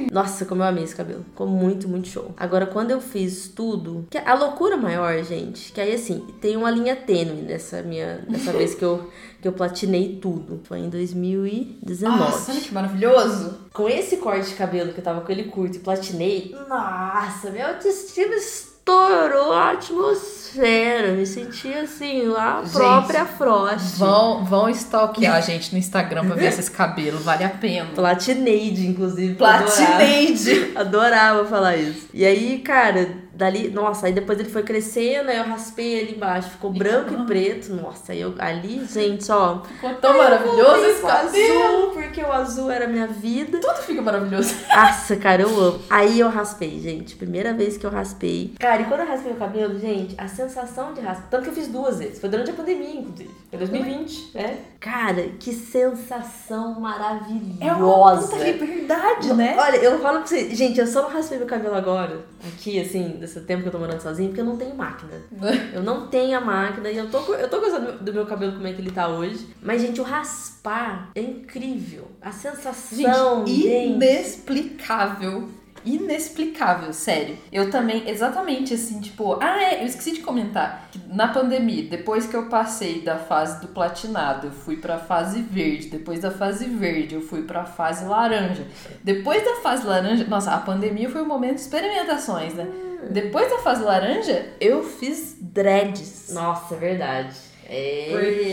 Nossa, como eu amei esse cabelo. Ficou muito, muito show. Agora, quando eu fiz tudo... Que a loucura maior, gente, que aí, assim, tem uma linha tênue nessa minha... Nessa vez que eu, que eu platinei tudo. Foi em dois mil e dezenove. Nossa, olha que maravilhoso. Com esse corte de cabelo que eu tava com ele curto e platinei, nossa, minha autoestima estourou a atmosfera. Me senti assim, a Gente, própria Frost. Vão, vão stalkear a gente no Instagram pra ver esses cabelos, vale a pena. Platineide, inclusive. Platineide! Adorava, adorava falar isso. E aí, cara... Dali, nossa, aí depois ele foi crescendo, aí eu raspei ali embaixo, ficou branco e preto. Nossa, aí eu ali, gente, ó. Ficou tão maravilhoso esse cabelo. Azul, porque o azul era a minha vida. Tudo fica maravilhoso. Nossa, cara, eu amo. Aí eu raspei, gente. Primeira vez que eu raspei. Cara, e quando eu raspei o cabelo, gente, a sensação de raspar. Tanto que eu fiz duas vezes. Foi durante a pandemia, inclusive. Foi dois mil e vinte, é. Cara, que sensação maravilhosa. É uma puta liberdade, né? Olha, eu falo pra você, gente, eu só não raspei meu cabelo agora, aqui, assim, desse tempo que eu tô morando sozinha, porque eu não tenho máquina. Eu não tenho a máquina e eu tô, eu tô gostando do meu cabelo, como é que ele tá hoje. Mas, gente, o raspar é incrível. A sensação, gente, gente... inexplicável. Inexplicável, sério. Eu também, exatamente assim, tipo... Ah, é, eu esqueci de comentar. Que na pandemia, depois que eu passei da fase do platinado, eu fui pra fase verde. Depois da fase verde, eu fui pra fase laranja. Depois da fase laranja... Nossa, a pandemia foi um momento de experimentações, né? Depois da fase laranja, eu fiz dreads. Nossa, é verdade. É.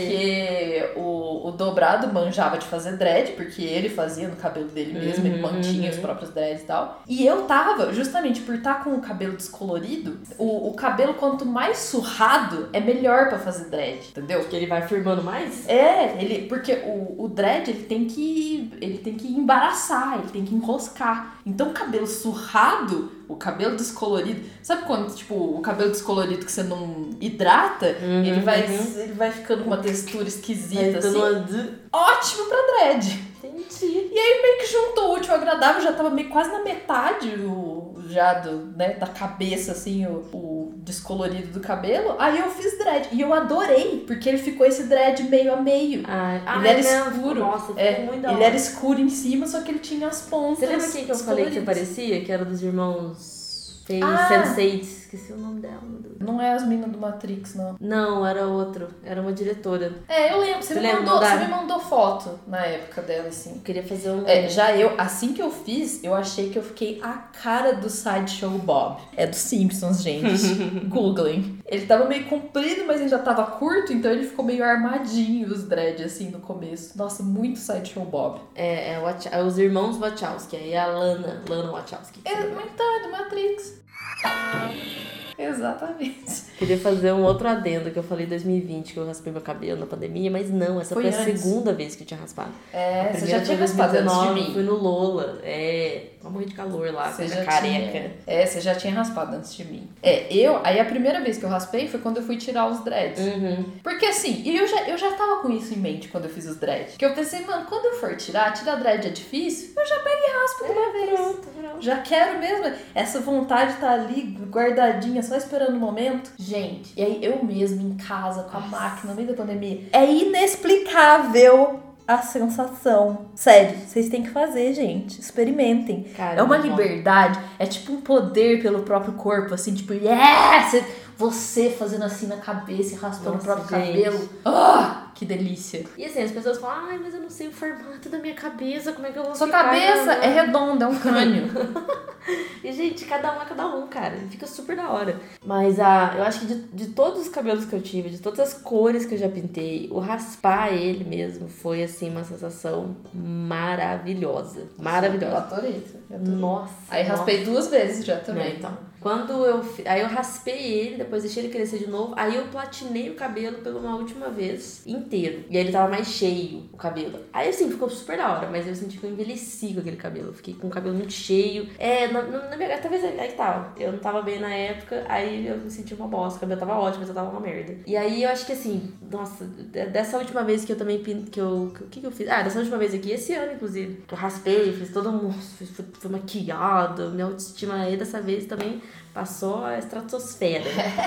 Porque o, o dobrado manjava de fazer dread, porque ele fazia no cabelo dele mesmo, uhum, ele mantinha uhum. os próprios dreads e tal. E eu tava, justamente por estar com o cabelo descolorido, o, o cabelo quanto mais surrado é melhor pra fazer dread, entendeu? Porque ele vai firmando mais? É, ele, porque o, o dread ele tem que ele tem que embaraçar, ele tem que enroscar. Então o cabelo surrado, o cabelo descolorido, sabe quando tipo o cabelo descolorido que você não hidrata, uhum, ele vai uhum. ele vai ficando com uma textura esquisita assim. Uma... Ótimo pra dread. Entendi. E aí meio que juntou o útil ao agradável, já tava meio quase na metade o já do, né, da cabeça assim, o, o descolorido do cabelo. Aí eu fiz dread e eu adorei, porque ele ficou esse dread meio a meio. Ah, ele ah, era não, escuro. Nossa, é, muito da ele hora. era escuro em cima, só que ele tinha as pontas. Você lembra quem que eu falei que você parecia? Que era dos irmãos Fez ah. sense eight. Esqueci o nome dela, meu Deus. Não é as minas do Matrix, não. Não, era outro. Era uma diretora. É, eu lembro. Você, você me, lembra mandou, da... você me mandou foto na época dela, assim. Eu queria fazer um... É, já eu, assim que eu fiz, eu achei que eu fiquei a cara do Sideshow Bob. É dos Simpsons, gente. Googlem. Ele tava meio comprido, mas ele já tava curto, então ele ficou meio armadinho, os dread, assim, no começo. Nossa, muito Sideshow Bob. É, é, Wach... é os irmãos Wachowski, aí é a Lana, Lana Wachowski. É, então, é do Matrix. Exatamente. Queria fazer um outro adendo que eu falei em dois mil e vinte, que eu raspei meu cabelo na pandemia, mas não, essa foi, foi a antes. segunda vez que eu tinha raspado. É, você já tinha raspado antes de mim. Fui no Lola, é, eu morri de calor lá, você já careca. Tinha, é, você já tinha raspado antes de mim. É, eu, aí a primeira vez que eu raspei foi quando eu fui tirar os dreads. Uhum. Porque assim, e eu já, eu já tava com isso em mente quando eu fiz os dreads. Que eu pensei, mano, quando eu for tirar, tirar dread é difícil, eu já pego e raspo de uma vez. Pronto, pronto. Já quero mesmo, essa vontade tá ali guardadinha, só esperando o momento. Gente, e aí eu mesmo em casa, com a Nossa. máquina, no meio da pandemia. É inexplicável a sensação. Sério, vocês têm que fazer, gente. Experimentem. Caramba. É uma liberdade, é tipo um poder pelo próprio corpo, assim, tipo, yes! Você fazendo assim na cabeça e raspando Nossa, o próprio gente. cabelo. Ah, que delícia. E assim, as pessoas falam, ai, mas eu não sei o formato da minha cabeça, como é que eu vou Sua ficar? cabeça é redonda, é um crânio. E, gente, cada um é cada um, cara. Fica super da hora. Mas ah, eu acho que de, de todos os cabelos que eu tive, de todas as cores que eu já pintei, o raspar ele mesmo foi, assim, uma sensação maravilhosa. Maravilhosa. Eu adorei. Eu adorei. Nossa. Aí nossa. raspei duas vezes já também. É, então. Quando eu... Aí eu raspei ele, depois deixei ele crescer de novo. Aí eu platinei o cabelo pela uma última vez inteiro. E aí ele tava mais cheio, o cabelo. Aí assim, ficou super da hora. Mas eu senti que eu envelheci com aquele cabelo. Eu fiquei com o cabelo muito cheio. É, na, na minha... Talvez aí que tava. Eu não tava bem na época. Aí eu me senti uma bosta. O cabelo tava ótimo, mas eu tava uma merda. E aí eu acho que assim... Nossa, dessa última vez que eu também... Que eu... O que que eu fiz? Ah, dessa última vez aqui, esse ano, inclusive. Que eu raspei, fiz todo mundo... Fui, fui, fui maquiada. Minha autoestima aí dessa vez também... Passou a estratosfera.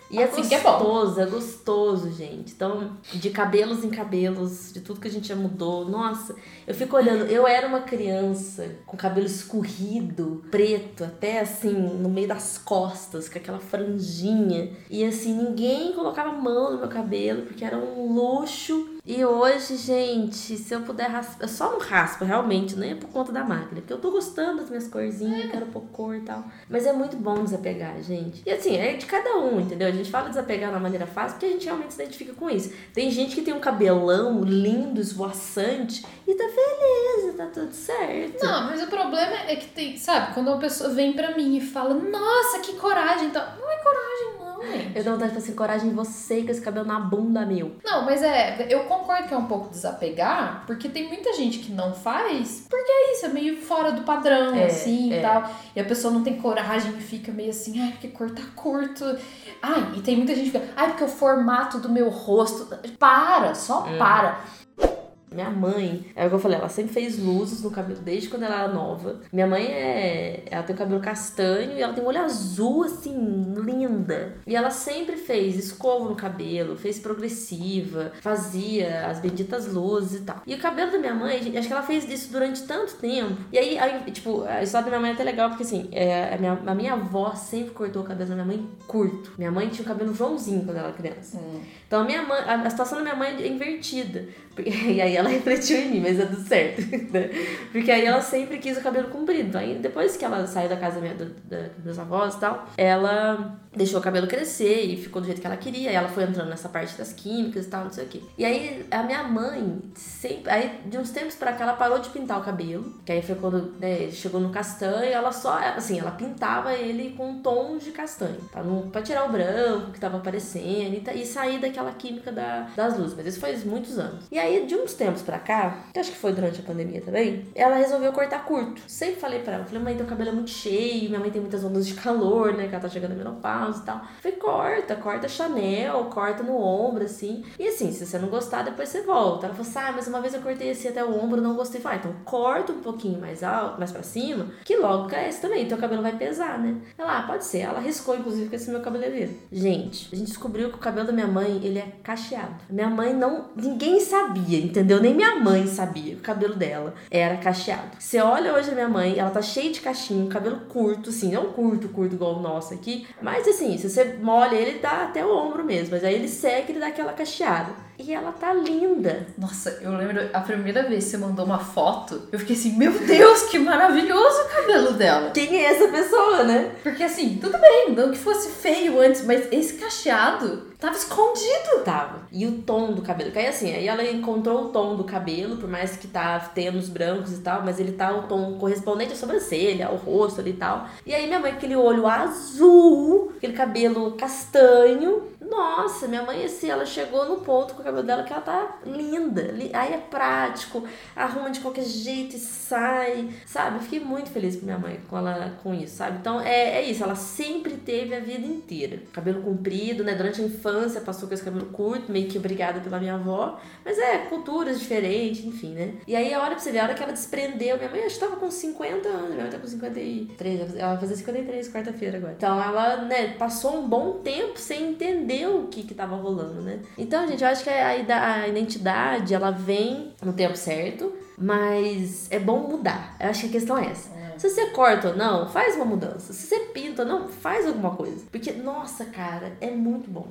E é Assim que é bom. gostoso, é gostoso, gente. Então, de cabelos em cabelos, de tudo que a gente já mudou. Nossa, eu fico olhando. Eu era uma criança com cabelo escorrido, preto, até assim, no meio das costas, com aquela franjinha. E assim, ninguém colocava a mão no meu cabelo, porque era um luxo. E hoje, gente, se eu puder raspar... Eu só não raspo, realmente, nem é por conta da máquina. Porque eu tô gostando das minhas corzinhas, quero pôr cor e tal. Mas é muito bom desapegar, gente. E assim, é de cada um, entendeu? A gente fala desapegar na maneira fácil porque a gente realmente se identifica com isso. Tem gente que tem um cabelão lindo, esvoaçante e tá feliz, tá tudo certo. Não, mas o problema é que tem, sabe, quando uma pessoa vem pra mim e fala, nossa, que coragem, então, não é coragem, não, gente. Eu dou vontade de fazer coragem em você com esse cabelo na bunda, meu. Não, mas é, eu concordo que é um pouco desapegar, porque tem muita gente que não faz, porque é isso, é meio fora do padrão, É, assim, é. e tal. E a pessoa não tem coragem e fica meio assim, ai, porque cortar curto. Ai, e tem muita gente que fica, ai, porque o formato do meu rosto... Para, só Hum. para. Minha mãe, é o que eu falei, ela sempre fez luzes no cabelo desde quando ela era nova. Minha mãe é. Ela tem o cabelo castanho e ela tem um olho azul, assim, linda. E ela sempre fez escova no cabelo, fez progressiva, fazia as benditas luzes e tal. E o cabelo da minha mãe, gente, acho que ela fez isso durante tanto tempo. E aí, aí tipo, a história da minha mãe é até legal, porque assim, é, a, minha, a minha avó sempre cortou o cabelo da minha mãe curto. Minha mãe tinha o cabelo Joãozinho quando ela era criança. Hum. Então a minha mãe, a, a situação da minha mãe é invertida. E aí ela refletiu em mim, mas é tudo certo, né? Porque aí ela sempre quis o cabelo comprido. Aí depois que ela saiu da casa minha, da, da, dos meus avós e tal, ela deixou o cabelo crescer e ficou do jeito que ela queria. Aí ela foi entrando nessa parte das químicas e tal, não sei o quê. E aí a minha mãe sempre... Aí de uns tempos pra cá ela parou de pintar o cabelo. Que aí foi quando, né, ele chegou no castanho. Ela só, assim, ela pintava ele com tons de castanho. Pra, não, pra tirar o branco que tava aparecendo e, e sair daquela química da, das luzes. Mas isso faz muitos anos. E aí de uns tempos pra cá, que acho que foi durante a pandemia também, ela resolveu cortar curto. Sempre falei pra ela, falei, mãe, teu cabelo é muito cheio, minha mãe tem muitas ondas de calor, né, que ela tá chegando a menopausa e tal. Falei, corta, corta Chanel, corta no ombro, assim. E assim, se você não gostar, depois você volta. Ela falou assim, ah, mas uma vez eu cortei assim até o ombro, não gostei. Falei, ah, então corta um pouquinho mais alto, mais pra cima, que logo cresce também, teu cabelo vai pesar, né? Ela, ah, pode ser. Ela riscou, inclusive, com esse meu cabeleireiro. Gente, a gente descobriu que o cabelo da minha mãe, ele é cacheado. Minha mãe não... Ninguém sabia, entendeu? Nem minha mãe sabia que o cabelo dela era cacheado. Você olha hoje a minha mãe, ela tá cheia de cachinho, cabelo curto, assim, não curto, curto igual o nosso aqui, mas assim, se você molha ele, ele dá até o ombro mesmo, mas aí ele seca e ele dá aquela cacheada. E ela tá linda. Nossa, eu lembro a primeira vez que você mandou uma foto, eu fiquei assim, meu Deus, que maravilhoso o cabelo dela. Quem é essa pessoa, né? Porque assim, tudo bem, não que fosse feio antes, mas esse cacheado tava escondido. Tava. E o tom do cabelo. Que aí assim, aí ela encontrou o tom do cabelo, por mais que tá tendo os brancos e tal, mas ele tá o tom correspondente à sobrancelha, ao rosto ali e tal. E aí minha mãe, aquele olho azul, aquele cabelo castanho. Nossa, minha mãe, assim, ela chegou no ponto com o cabelo dela que ela tá linda. Aí é prático, arruma de qualquer jeito e sai, sabe? Eu fiquei muito feliz com minha mãe com, ela, com isso, sabe? Então é, é isso, ela sempre teve a vida inteira. Cabelo comprido, né? Durante a infância passou com esse cabelo curto, meio que obrigada pela minha avó. Mas é, culturas diferentes, enfim, né? E aí a hora pra você ver, a hora que ela desprendeu, minha mãe acho que tava com cinquenta anos, minha mãe tá com cinquenta e três, ela vai fazer cinquenta e três quarta-feira agora. Então ela, né, passou um bom tempo sem entender o que que tava rolando, né? Então, gente, eu acho que a, a identidade, ela vem no tempo certo, mas é bom mudar. Eu acho que a questão é essa. É. Se você corta ou não, faz uma mudança. Se você pinta ou não, faz alguma coisa. Porque, nossa, cara, é muito bom.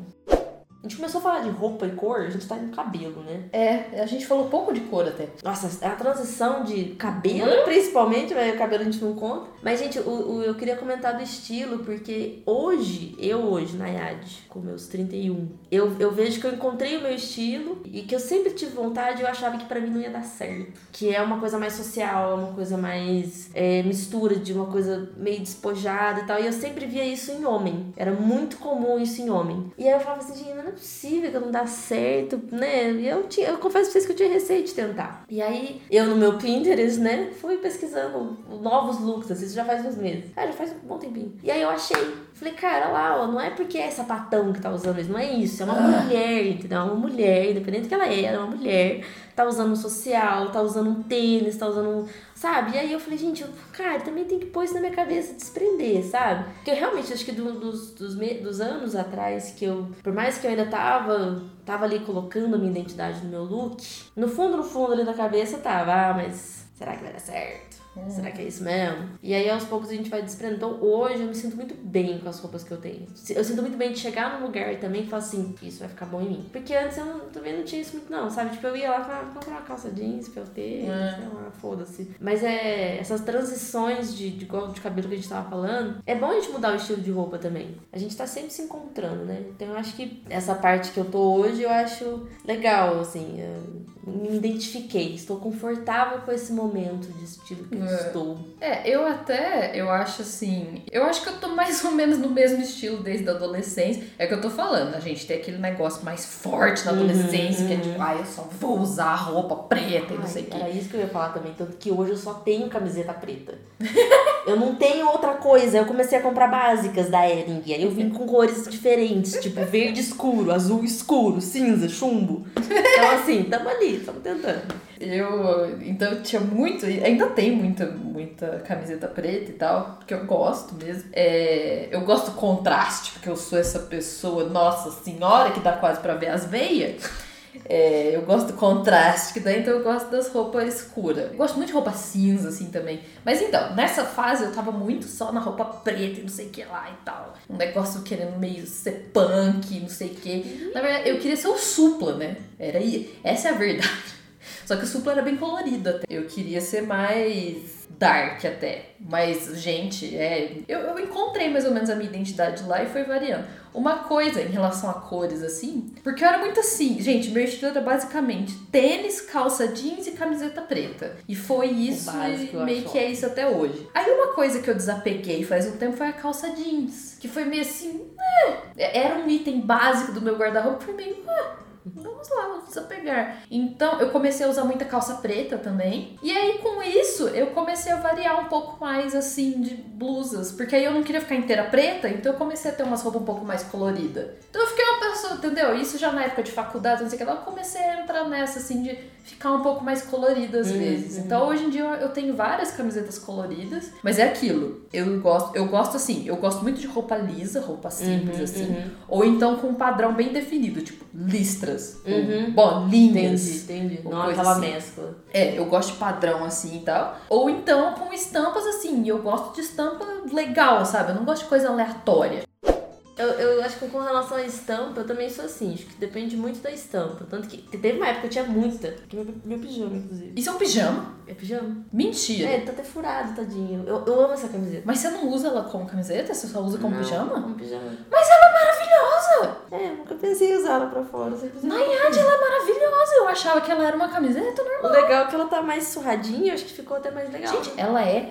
A gente começou a falar de roupa e cor, a gente tá no cabelo, né? É, a gente falou pouco de cor até. Nossa, a transição de cabelo, hum? principalmente, mas o cabelo a gente não conta. Mas, gente, o, o, eu queria comentar do estilo, porque hoje, eu hoje, Nayade, com meus trinta e um, eu, eu vejo que eu encontrei o meu estilo e que eu sempre tive vontade e eu achava que pra mim não ia dar certo. Que é uma coisa mais social, uma coisa mais é, mistura de uma coisa meio despojada e tal. E eu sempre via isso em homem. Era muito comum isso em homem. E aí eu falava assim, gente, não é possível que não dá certo, né? E eu, tinha, eu confesso pra vocês que eu tinha receio de tentar. E aí, eu no meu Pinterest, né, fui pesquisando novos looks, assim, isso já faz uns meses. Cara, já faz um bom tempinho. E aí eu achei. Falei, cara, lá, ó, não é porque é sapatão que tá usando isso, não é isso, é uma ah. mulher, entendeu? É uma mulher, independente do que ela é, ela é uma mulher tá usando um social, tá usando um tênis, tá usando um... Sabe? E aí eu falei, gente, eu, cara, também tem que pôr isso na minha cabeça, desprender, sabe? Porque eu realmente acho que do, dos, dos, me, dos anos atrás que eu... Por mais que eu ainda tava, tava ali colocando a minha identidade no meu look, no fundo, no fundo ali na cabeça tava, ah, mas será que vai dar certo? Hum. Será que é isso mesmo? E aí aos poucos a gente vai desprendendo. Então hoje eu me sinto muito bem com as roupas que eu tenho. Eu sinto muito bem de chegar num lugar também e falar assim, isso vai ficar bom em mim. Porque antes eu não, também não tinha isso muito não, sabe? Tipo, eu ia lá pra comprar uma calça jeans pra eu ter, é. sei lá, foda-se. Mas é essas transições de, de, de cabelo que a gente tava falando, é bom a gente mudar o estilo de roupa também. A gente tá sempre se encontrando, né? Então eu acho que essa parte que eu tô hoje, eu acho legal, assim. Eu me identifiquei, estou confortável com esse momento de estilo que eu é. estou. É, eu até, eu acho assim, eu acho que eu tô mais ou menos no mesmo estilo desde a adolescência. É que eu tô falando, a gente tem aquele negócio mais forte na adolescência, uhum, que é tipo, ai, ah, eu só vou usar roupa preta e não sei o que. Era isso que eu ia falar também, tanto que hoje eu só tenho camiseta preta. Eu não tenho outra coisa, eu comecei a comprar básicas da Hering, aí eu vim com cores diferentes, tipo verde escuro, azul escuro, cinza, chumbo. Então assim, tamo ali, tamo tentando. Eu, então eu tinha muito, ainda tem muita, muita camiseta preta e tal, porque eu gosto mesmo. É, eu gosto do contraste, porque eu sou essa pessoa, nossa senhora, que dá quase pra ver as veias. É, eu gosto do contraste, que daí então eu gosto das roupas escuras. Eu gosto muito de roupa cinza, assim, também. Mas então, nessa fase eu tava muito só na roupa preta e não sei o que lá e tal. Um negócio querendo meio ser punk, não sei o que. Na verdade, eu queria ser o Supla, né? Era aí. Essa é a verdade. Só que o Supla era bem colorido até. Eu queria ser mais dark até. Mas, gente, é... Eu, eu encontrei mais ou menos a minha identidade lá e foi variando. Uma coisa em relação a cores, assim... Porque eu era muito assim... Gente, meu estilo era basicamente tênis, calça jeans e camiseta preta. E foi isso básico, e meio que é isso até hoje. Aí uma coisa que eu desapeguei faz um tempo foi a calça jeans. Que foi meio assim... É, era um item básico do meu guarda-roupa. Foi meio... É, vamos lá, vamos desapegar. Então, eu comecei a usar muita calça preta também. E aí, com isso, eu comecei a variar um pouco mais, assim, de blusas. Porque aí eu não queria ficar inteira preta, então eu comecei a ter umas roupas um pouco mais coloridas. Então eu fiquei uma pessoa, entendeu? Isso já na época de faculdade, não sei o que lá, eu comecei a entrar nessa, assim, de ficar um pouco mais colorida às uhum, vezes. Uhum. Então, hoje em dia, eu tenho várias camisetas coloridas. Mas é aquilo. Eu gosto, eu gosto assim, eu gosto muito de roupa lisa, roupa simples, uhum, assim. Uhum. Ou então com um padrão bem definido, tipo, listras. Uhum. Bolinhas. Entendi, entendi. Não aquela assim. mescla. É, eu gosto de padrão assim e tal. Ou então com estampas assim. Eu gosto de estampa legal, sabe? Eu não gosto de coisa aleatória. Eu, eu acho que com relação à estampa, eu também sou assim. Acho que depende muito da estampa. Tanto que teve uma época que eu tinha muita. Que é meu, meu pijama, inclusive. Isso é um pijama? É pijama. Mentira. É, ele tá até furado, tadinho. Eu, eu amo essa camiseta. Mas você não usa ela como camiseta? Você só usa como não, pijama? como pijama. Mas ela é maravilhosa! É, eu nunca pensei em usar ela pra fora. Nayade, ela é maravilhosa! Eu achava que ela era uma camiseta normal. O legal é que ela tá mais surradinha, eu acho que ficou até mais legal. Gente, ela é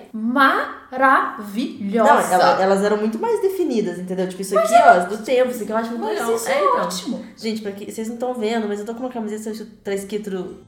maravilhosa! Não, ela, elas eram muito mais definidas, entendeu? Tipo, isso mas aqui, é... ó, do tempo, isso aqui eu acho muito mas legal. Isso é, é então. Ótimo! Gente, pra que, vocês não estão vendo, mas eu tô com uma camiseta que tá escrito...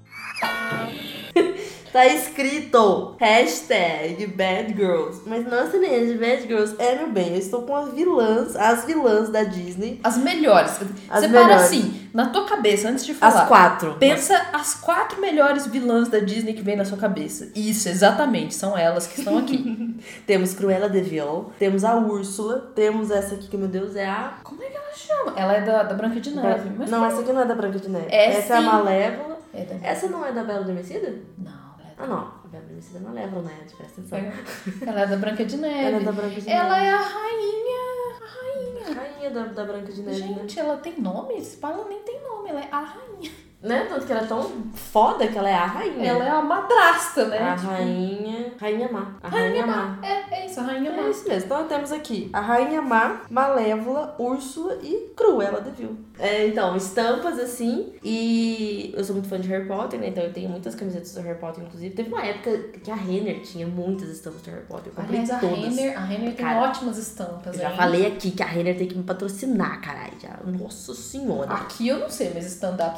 Tá escrito hashtag Bad Girls. Mas nossa, né, de Bad Girls é, meu bem, eu estou com as vilãs, as vilãs da Disney. As melhores. As Você melhores. para assim, na tua cabeça, antes de falar. As quatro. Pensa as quatro melhores vilãs da Disney que vem na sua cabeça. Isso, exatamente, são elas que estão aqui. Temos Cruella de Vil, temos a Úrsula, temos essa aqui que, meu Deus, é a... Como é que ela chama? Ela é da, da Branca de Neve. Mas não, essa aqui não é da Branca de Neve. É, essa sim. é a Malévola. É da... Essa não é da Bela Adormecida? Não. Ah, não. A Bela Adormecida não leva, né? Presta atenção. Ela é da Branca de Neve. Ela é da Branca de Neve. Ela é a rainha. A rainha. Rainha da, da Branca de Neve. Gente, né? ela tem nome? Esse pai, ela nem tem nome. Ela é a rainha. Né? Tanto que ela é tão foda que ela é a rainha. Ela é a madrasta, né? A tipo... rainha... Rainha Má. A Rainha, rainha Má. Má. É, é isso, a Rainha Má. É isso mesmo. Então temos aqui a Rainha Má, Malévola, Úrsula e Cruella de Vil. É, então, estampas assim. E eu sou muito fã de Harry Potter, né? Então eu tenho muitas camisetas do Harry Potter, inclusive. Teve uma época que a Renner tinha muitas estampas do Harry Potter. Eu comprei Aliás, a todas. Renner, a Renner tem Cara, ótimas estampas. Eu já hein? falei aqui que a Renner tem que me patrocinar, caralho. Já. Nossa senhora. Aqui eu não sei, mas stand-up você já falou.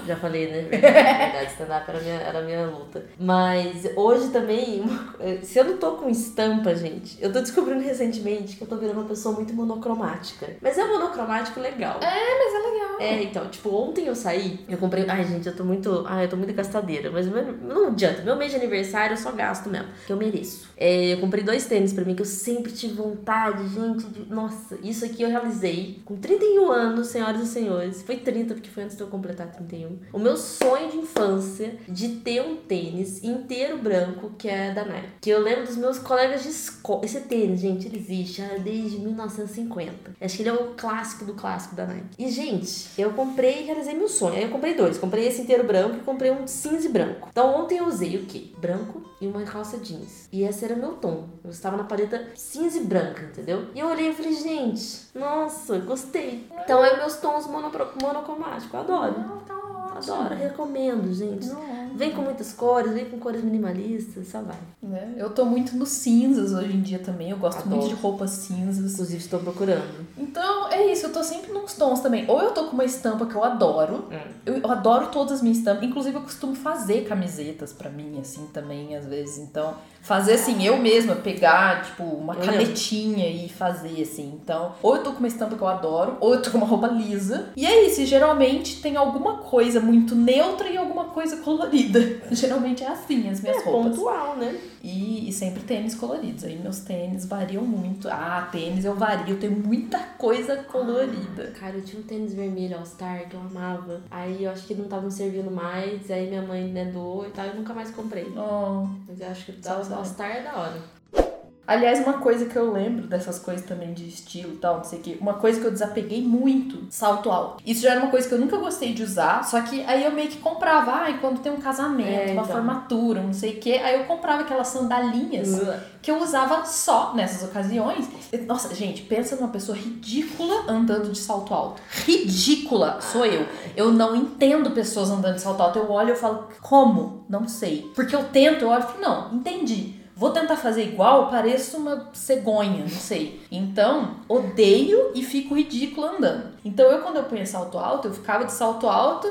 Já falei, né? Verdade, stand-up era a minha, era a minha luta. Mas hoje também, se eu não tô com estampa, gente, eu tô descobrindo recentemente que eu tô virando uma pessoa muito monocromática. Mas é um monocromático legal. É, mas é legal. É, então, tipo, ontem eu saí, eu comprei... Ai, gente, eu tô muito... Ai, eu tô muito gastadeira. Mas meu, não adianta. Meu mês de aniversário eu só gasto mesmo. Que eu mereço. É, eu comprei dois tênis pra mim que eu sempre tive vontade, gente. De... Nossa, isso aqui eu realizei com trinta e um anos, senhoras e senhores. Foi trinta, porque foi antes de eu completar trinta e um. O meu sonho de infância de ter um tênis inteiro branco, que é da Nike. Que eu lembro dos meus colegas de escola. Esse tênis, gente, ele existe desde mil novecentos e cinquenta. Acho que ele é o clássico do clássico da Nike. E, gente, eu comprei e realizei meu sonho. Aí eu comprei dois. Comprei esse inteiro branco e comprei um cinza e branco. Então ontem eu usei o quê? Branco e uma calça jeans. E esse era meu tom. Eu estava na paleta cinza e branca, entendeu? E eu olhei e falei, gente, nossa, gostei. Então é meus tons monopro- monocromáticos. Eu adoro. Não, tá ótimo. Adoro, recomendo, gente. Não. Vem com muitas cores, vem com cores minimalistas, só vai. Né? Eu tô muito nos cinzas hoje em dia também. Eu gosto Adoro. muito de roupas cinzas. Inclusive, estou procurando. Então, é isso. Eu tô sempre nos tons também. Ou eu tô com uma estampa que eu adoro. Hum. Eu, eu adoro todas as minhas estampas. Inclusive, eu costumo fazer camisetas pra mim, assim, também, às vezes. Então, fazer, assim, eu mesma pegar, tipo, uma Eu canetinha e fazer, assim. Então, ou eu tô com uma estampa que eu adoro, ou eu tô com uma roupa lisa. E é isso. E, geralmente, tem alguma coisa muito neutra e alguma coisa colorida. Geralmente é assim as minhas É roupas. pontual, né? E, e sempre tênis coloridos. Aí meus tênis variam muito. Ah, tênis eu vario. Eu tenho muita coisa colorida. Cara, eu tinha um tênis vermelho All Star que eu amava. Aí eu acho que não tava me servindo mais. Aí minha mãe, né, doou e tal. Eu nunca mais comprei. Oh. Mas eu acho que o Saudade. All Star é da hora. Aliás, uma coisa que eu lembro dessas coisas também de estilo e tal, não sei o quê. Uma coisa que eu desapeguei muito, salto alto. Isso já era uma coisa que eu nunca gostei de usar, só que aí eu meio que comprava. Ai, quando tem um casamento, É, uma então. formatura, não sei o quê. Aí eu comprava aquelas sandalinhas que eu usava só nessas ocasiões. Nossa, gente, pensa numa pessoa ridícula andando de salto alto. Ridícula sou eu. Eu não entendo pessoas andando de salto alto. Eu olho e eu falo, como? Não sei. Porque eu tento, eu olho e falo, não, entendi. Vou tentar fazer igual, pareço uma cegonha, não sei. Então, odeio e fico ridícula andando. Então, eu quando eu ponho salto alto, eu ficava de salto alto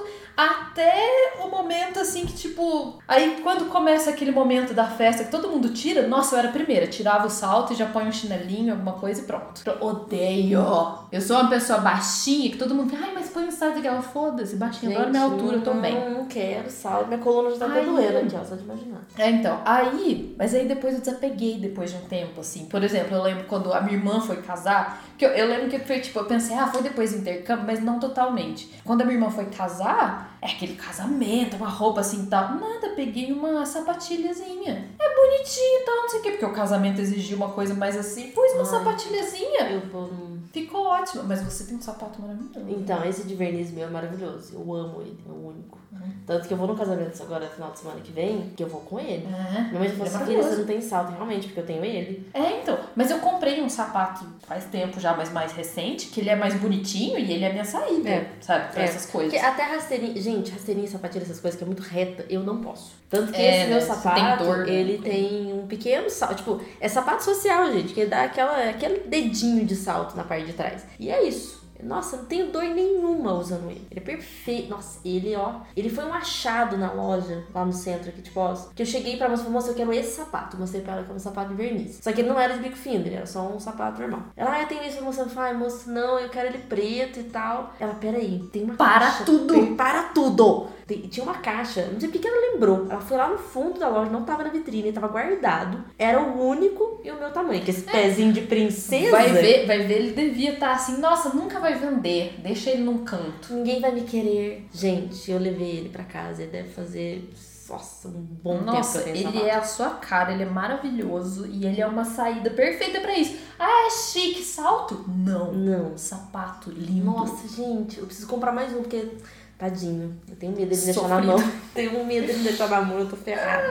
até o momento assim que tipo... Aí quando começa aquele momento da festa que todo mundo tira, nossa, eu era a primeira. Tirava o salto e já põe um chinelinho, alguma coisa e pronto. Eu odeio. Eu sou uma pessoa baixinha que todo mundo fala, ai, mas põe um salto igual, foda-se, baixinha, adoro minha altura, eu tô não, bem. Não quero salto. Minha coluna já tá até Ai, doendo não. aqui, ó, só de imaginar. É, então, aí, mas aí depois eu desapeguei depois de um tempo, assim. Por exemplo, eu lembro quando a minha irmã foi casar, que eu, eu lembro que foi tipo, eu pensei, ah, foi depois do intercâmbio, mas não totalmente. Quando a minha irmã foi casar, é aquele casamento, uma roupa assim e tal. Nada, peguei uma sapatilhazinha. É bonitinho e tal, não sei o quê, porque o casamento exigia uma coisa mais assim. Pus uma Ai. sapatilhazinha. Eu vou... num- Ficou ótimo. Mas você tem um sapato maravilhoso. Então, esse de verniz meu é maravilhoso. Eu amo ele, é o único. Tanto que eu vou no casamento agora, final de semana que vem, que eu vou com ele. É, Minha mãe já falou ele é assim, filha, maravilhoso. você não tem salto, realmente, porque eu tenho ele. É, então. Mas eu comprei um sapato faz tempo já, mas mais recente, que ele é mais bonitinho e ele é a minha saída, É. sabe? Pra É. essas coisas. Porque até rasteirinha, gente, rasteirinha, sapatilha, essas coisas que é muito reta, eu não posso. Tanto que É, esse meu né? Você sapato, tem dor, né? ele tem um pequeno salto. Tipo, é sapato social, gente, que dá aquela, aquele dedinho de salto na parte de trás. E é isso. Nossa, não tenho dor nenhuma usando ele. Ele é perfeito. Nossa, ele, ó. Ele foi um achado na loja, lá no centro aqui de Poços. Que eu cheguei pra moça e falei, moça, eu quero esse sapato. Eu mostrei pra ela que era um sapato de verniz. Só que ele não era de bico fino, ele era só um sapato normal. Ela, ah, eu tenho isso. Eu mostrei, ai, moça, não, eu quero ele preto e tal. Ela, peraí, tem uma Para caixa. tudo! Tem- Para tudo! Tem- tinha uma caixa, não sei porque ela lembrou. Ela foi lá no fundo da loja, não tava na vitrine, tava guardado. Era o único e o meu tamanho. Que esse pezinho de princesa. Vai ver, vai ver, ele devia estar assim, nossa, nunca vai vender, deixa ele num canto. Ninguém vai me querer. Gente, eu levei ele pra casa. Ele deve fazer, nossa, um bom Nossa, tempo que eu tenho ele sapato. é a sua cara, ele é maravilhoso e ele é uma saída perfeita pra isso. Ah, é chique, salto? Não. Não. Sapato lindo. Nossa, gente, eu preciso comprar mais um, porque... Tadinho, eu tenho medo dele me deixar na Sofrido. mão. Tenho um medo dele me deixar na mão, eu tô ferrada.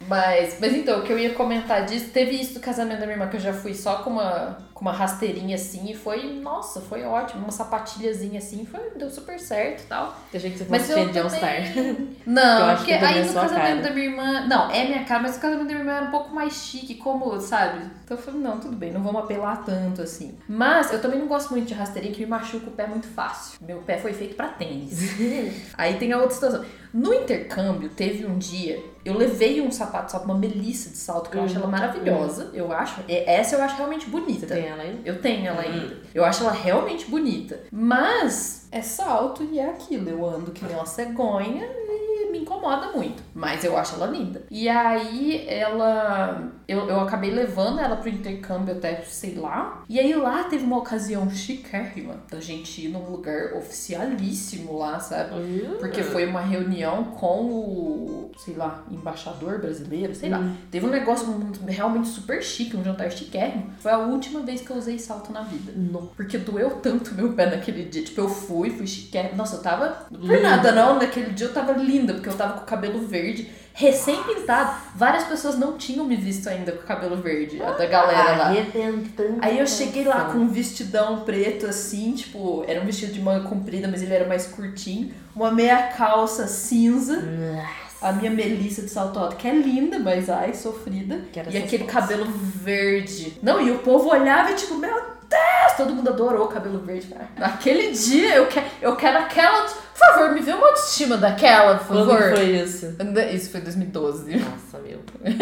Mas, mas então, o que eu ia comentar disso, teve isso do casamento da minha irmã, que eu já fui só com uma, com uma rasteirinha assim, e foi, nossa, foi ótimo, uma sapatilhazinha assim, foi, deu super certo e tal. Eu achei que você Mas fosse eu de All Star. Não, eu acho porque que aí é no sua casamento cara. da minha irmã, não, é minha cara, mas o casamento da minha irmã era um pouco mais chique, como, sabe? Então eu falei, não, tudo bem, não vamos apelar tanto assim. Mas eu também não gosto muito de rasteirinha, que me machuca o pé muito fácil. Meu pé foi feito pra tênis. Aí tem a outra situação. No intercâmbio, teve um dia, eu levei um sapato, sabe, uma Melissa de salto, que eu Uhum. acho ela maravilhosa. Eu acho, essa eu acho realmente bonita. Tem ela ainda? Eu tenho ela Uhum. ainda. Eu acho ela realmente bonita. Mas é salto e é aquilo. Eu ando que nem uma cegonha e me incomoda muito. Mas eu acho ela linda. E aí ela... Eu, eu acabei levando ela pro intercâmbio até, sei lá. E aí lá teve uma ocasião chiquérrima da gente ir num lugar oficialíssimo lá, sabe? Uhum. Porque foi uma reunião com o, sei lá, embaixador brasileiro, sei lá. Teve um negócio um- realmente super chique, um jantar chiquérrimo. Foi a última vez que eu usei salto na vida. Não. Porque doeu tanto meu pé naquele dia. Tipo, eu fui, fui chiquérrimo. Nossa, eu tava... Não por nada, não. Naquele dia eu tava linda, porque eu tava com o cabelo verde, recém-pintado. Várias pessoas não tinham me visto ainda com o cabelo verde, a da galera lá. Arrebentando. Aí eu cheguei lá com um vestidão preto, assim, tipo, era um vestido de manga comprida, mas ele era mais curtinho. Uma meia calça cinza. A minha Melissa de salto alto, que é linda, mas ai, sofrida. Quero E essas aquele fotos. cabelo verde. Não, e o povo olhava e tipo, meu Deus, todo mundo adorou o cabelo verde. Naquele dia, eu, que, eu quero aquela... Por favor, me vê uma autoestima daquela, por Quando favor. que foi isso? Isso foi dois mil e doze. Nossa, meu.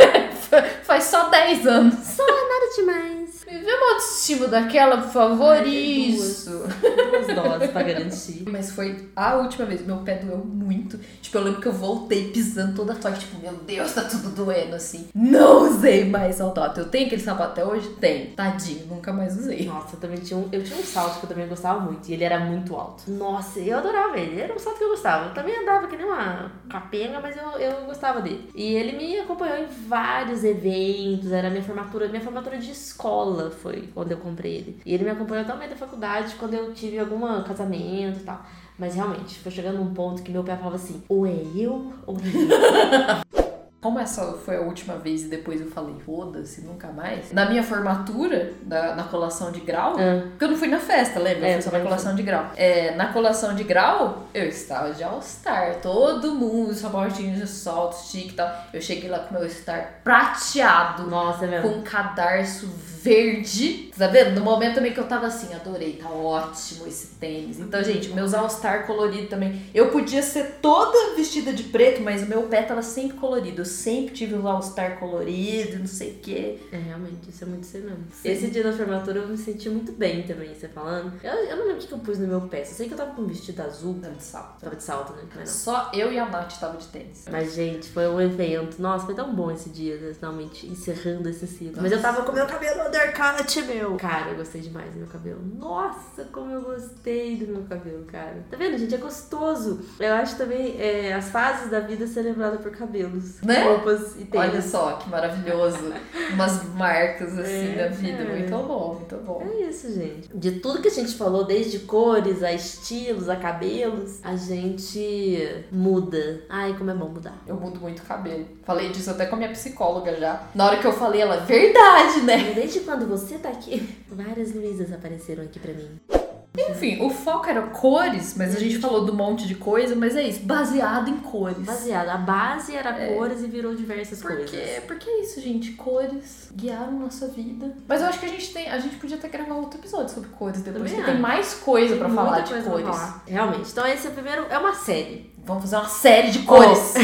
Faz só dez anos. Nada demais. Me vê uma autoestima daquela, por favor. Ai, tem duas. Isso. Duas doses pra garantir. Mas foi a última vez. Meu pé doeu muito. Tipo, eu lembro que eu voltei pisando toda forte. Tipo, meu Deus, tá tudo doendo assim. Não usei mais salto alto. Eu tenho aquele sapato até hoje? Tenho. Tadinho, nunca mais usei. Nossa, eu também tinha um, eu tinha um salto que eu também gostava muito. E ele era muito alto. Nossa, eu adorava ele. Era um salto que eu gostava. Eu também andava que nem uma capenga, mas eu, eu gostava dele. E ele me acompanhou em vários eventos. Era minha formatura, minha formatura de escola foi quando eu comprei ele. E ele me acompanhou também da faculdade quando eu tive algum casamento e tal. Mas realmente, foi chegando num ponto que meu pé falava assim, ou é eu, ou é ele. Como essa foi a última vez e depois eu falei, foda-se, nunca mais. Na minha formatura, na, na colação de grau, Ah. porque eu não fui na festa, lembra? É, eu fui só na também colação de grau. É, na colação de grau, eu estava de All-Star. Todo mundo, sapatinhos de salto, chique e tal. Eu cheguei lá com meu Star prateado. Nossa, é mesmo. Com um cadarço verde. Tá vendo? No momento também que eu tava assim, adorei, tá ótimo esse tênis. Então, gente, meus All-Star coloridos também. Eu podia ser toda vestida de preto, mas o meu pé tava sempre colorido. Eu sempre tive os All-Star coloridos, não sei o quê. É, realmente, isso é muito ser mesmo. Sim. Esse dia da formatura eu me senti muito bem também, você falando. Eu, eu não lembro o que que eu pus no meu pé. Só sei que eu tava com um vestido azul. Tava de salto. Tava de salto, né? Mas não. Só eu e a Nath tava de tênis. Mas, gente, foi um evento. Nossa, foi tão bom esse dia, né? Finalmente encerrando esse ciclo. Mas eu tava com meu cabelo undercut, meu. Cara, eu gostei demais do meu cabelo. Nossa, como eu gostei do meu cabelo, cara. Tá vendo, gente? É gostoso. Eu acho também é, as fases da vida ser lembrada por cabelos, Né? roupas e tênis. Olha só que maravilhoso. Umas marcas assim É, da vida. é. Muito bom, muito bom. É isso, gente. De tudo que a gente falou, desde cores, a estilos, a cabelos, a gente muda. Ai, como é bom mudar. Eu mudo muito o cabelo. Falei disso até com a minha psicóloga já. Na hora que eu falei, ela, verdade, né? Desde quando você tá aqui, várias Luísas apareceram aqui pra mim. Enfim, o foco era cores, mas a gente falou do monte de coisa, mas é isso, baseado em cores. Baseado. A base era cores e virou diversas Por coisas. quê? Porque é isso, gente. Cores guiaram nossa vida. Mas eu acho que a gente tem. A gente podia até gravar outro episódio sobre cores depois, Também porque tem acho. mais coisa pra Tem falar muita de coisa pra cores. falar. Realmente. Então esse é o primeiro. É uma série. Vamos fazer uma série de cores.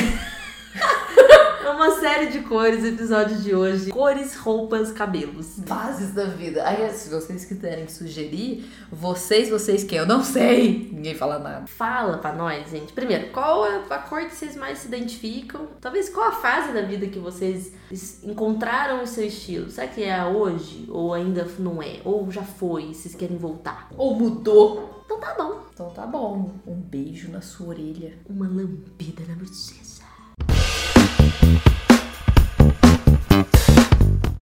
É uma série de cores, episódio de hoje. Cores, roupas, cabelos. Bases da vida. Aí, se vocês quiserem sugerir, vocês, vocês que eu não sei, ninguém fala nada. Fala pra nós, gente. Primeiro, qual é a cor que vocês mais se identificam? Talvez qual a fase da vida que vocês es- encontraram o seu estilo? Será que é a hoje? Ou ainda não é? Ou já foi e vocês querem voltar? Ou mudou. Então tá bom. Então tá bom. Um beijo na sua orelha. Uma lambida na bochecha.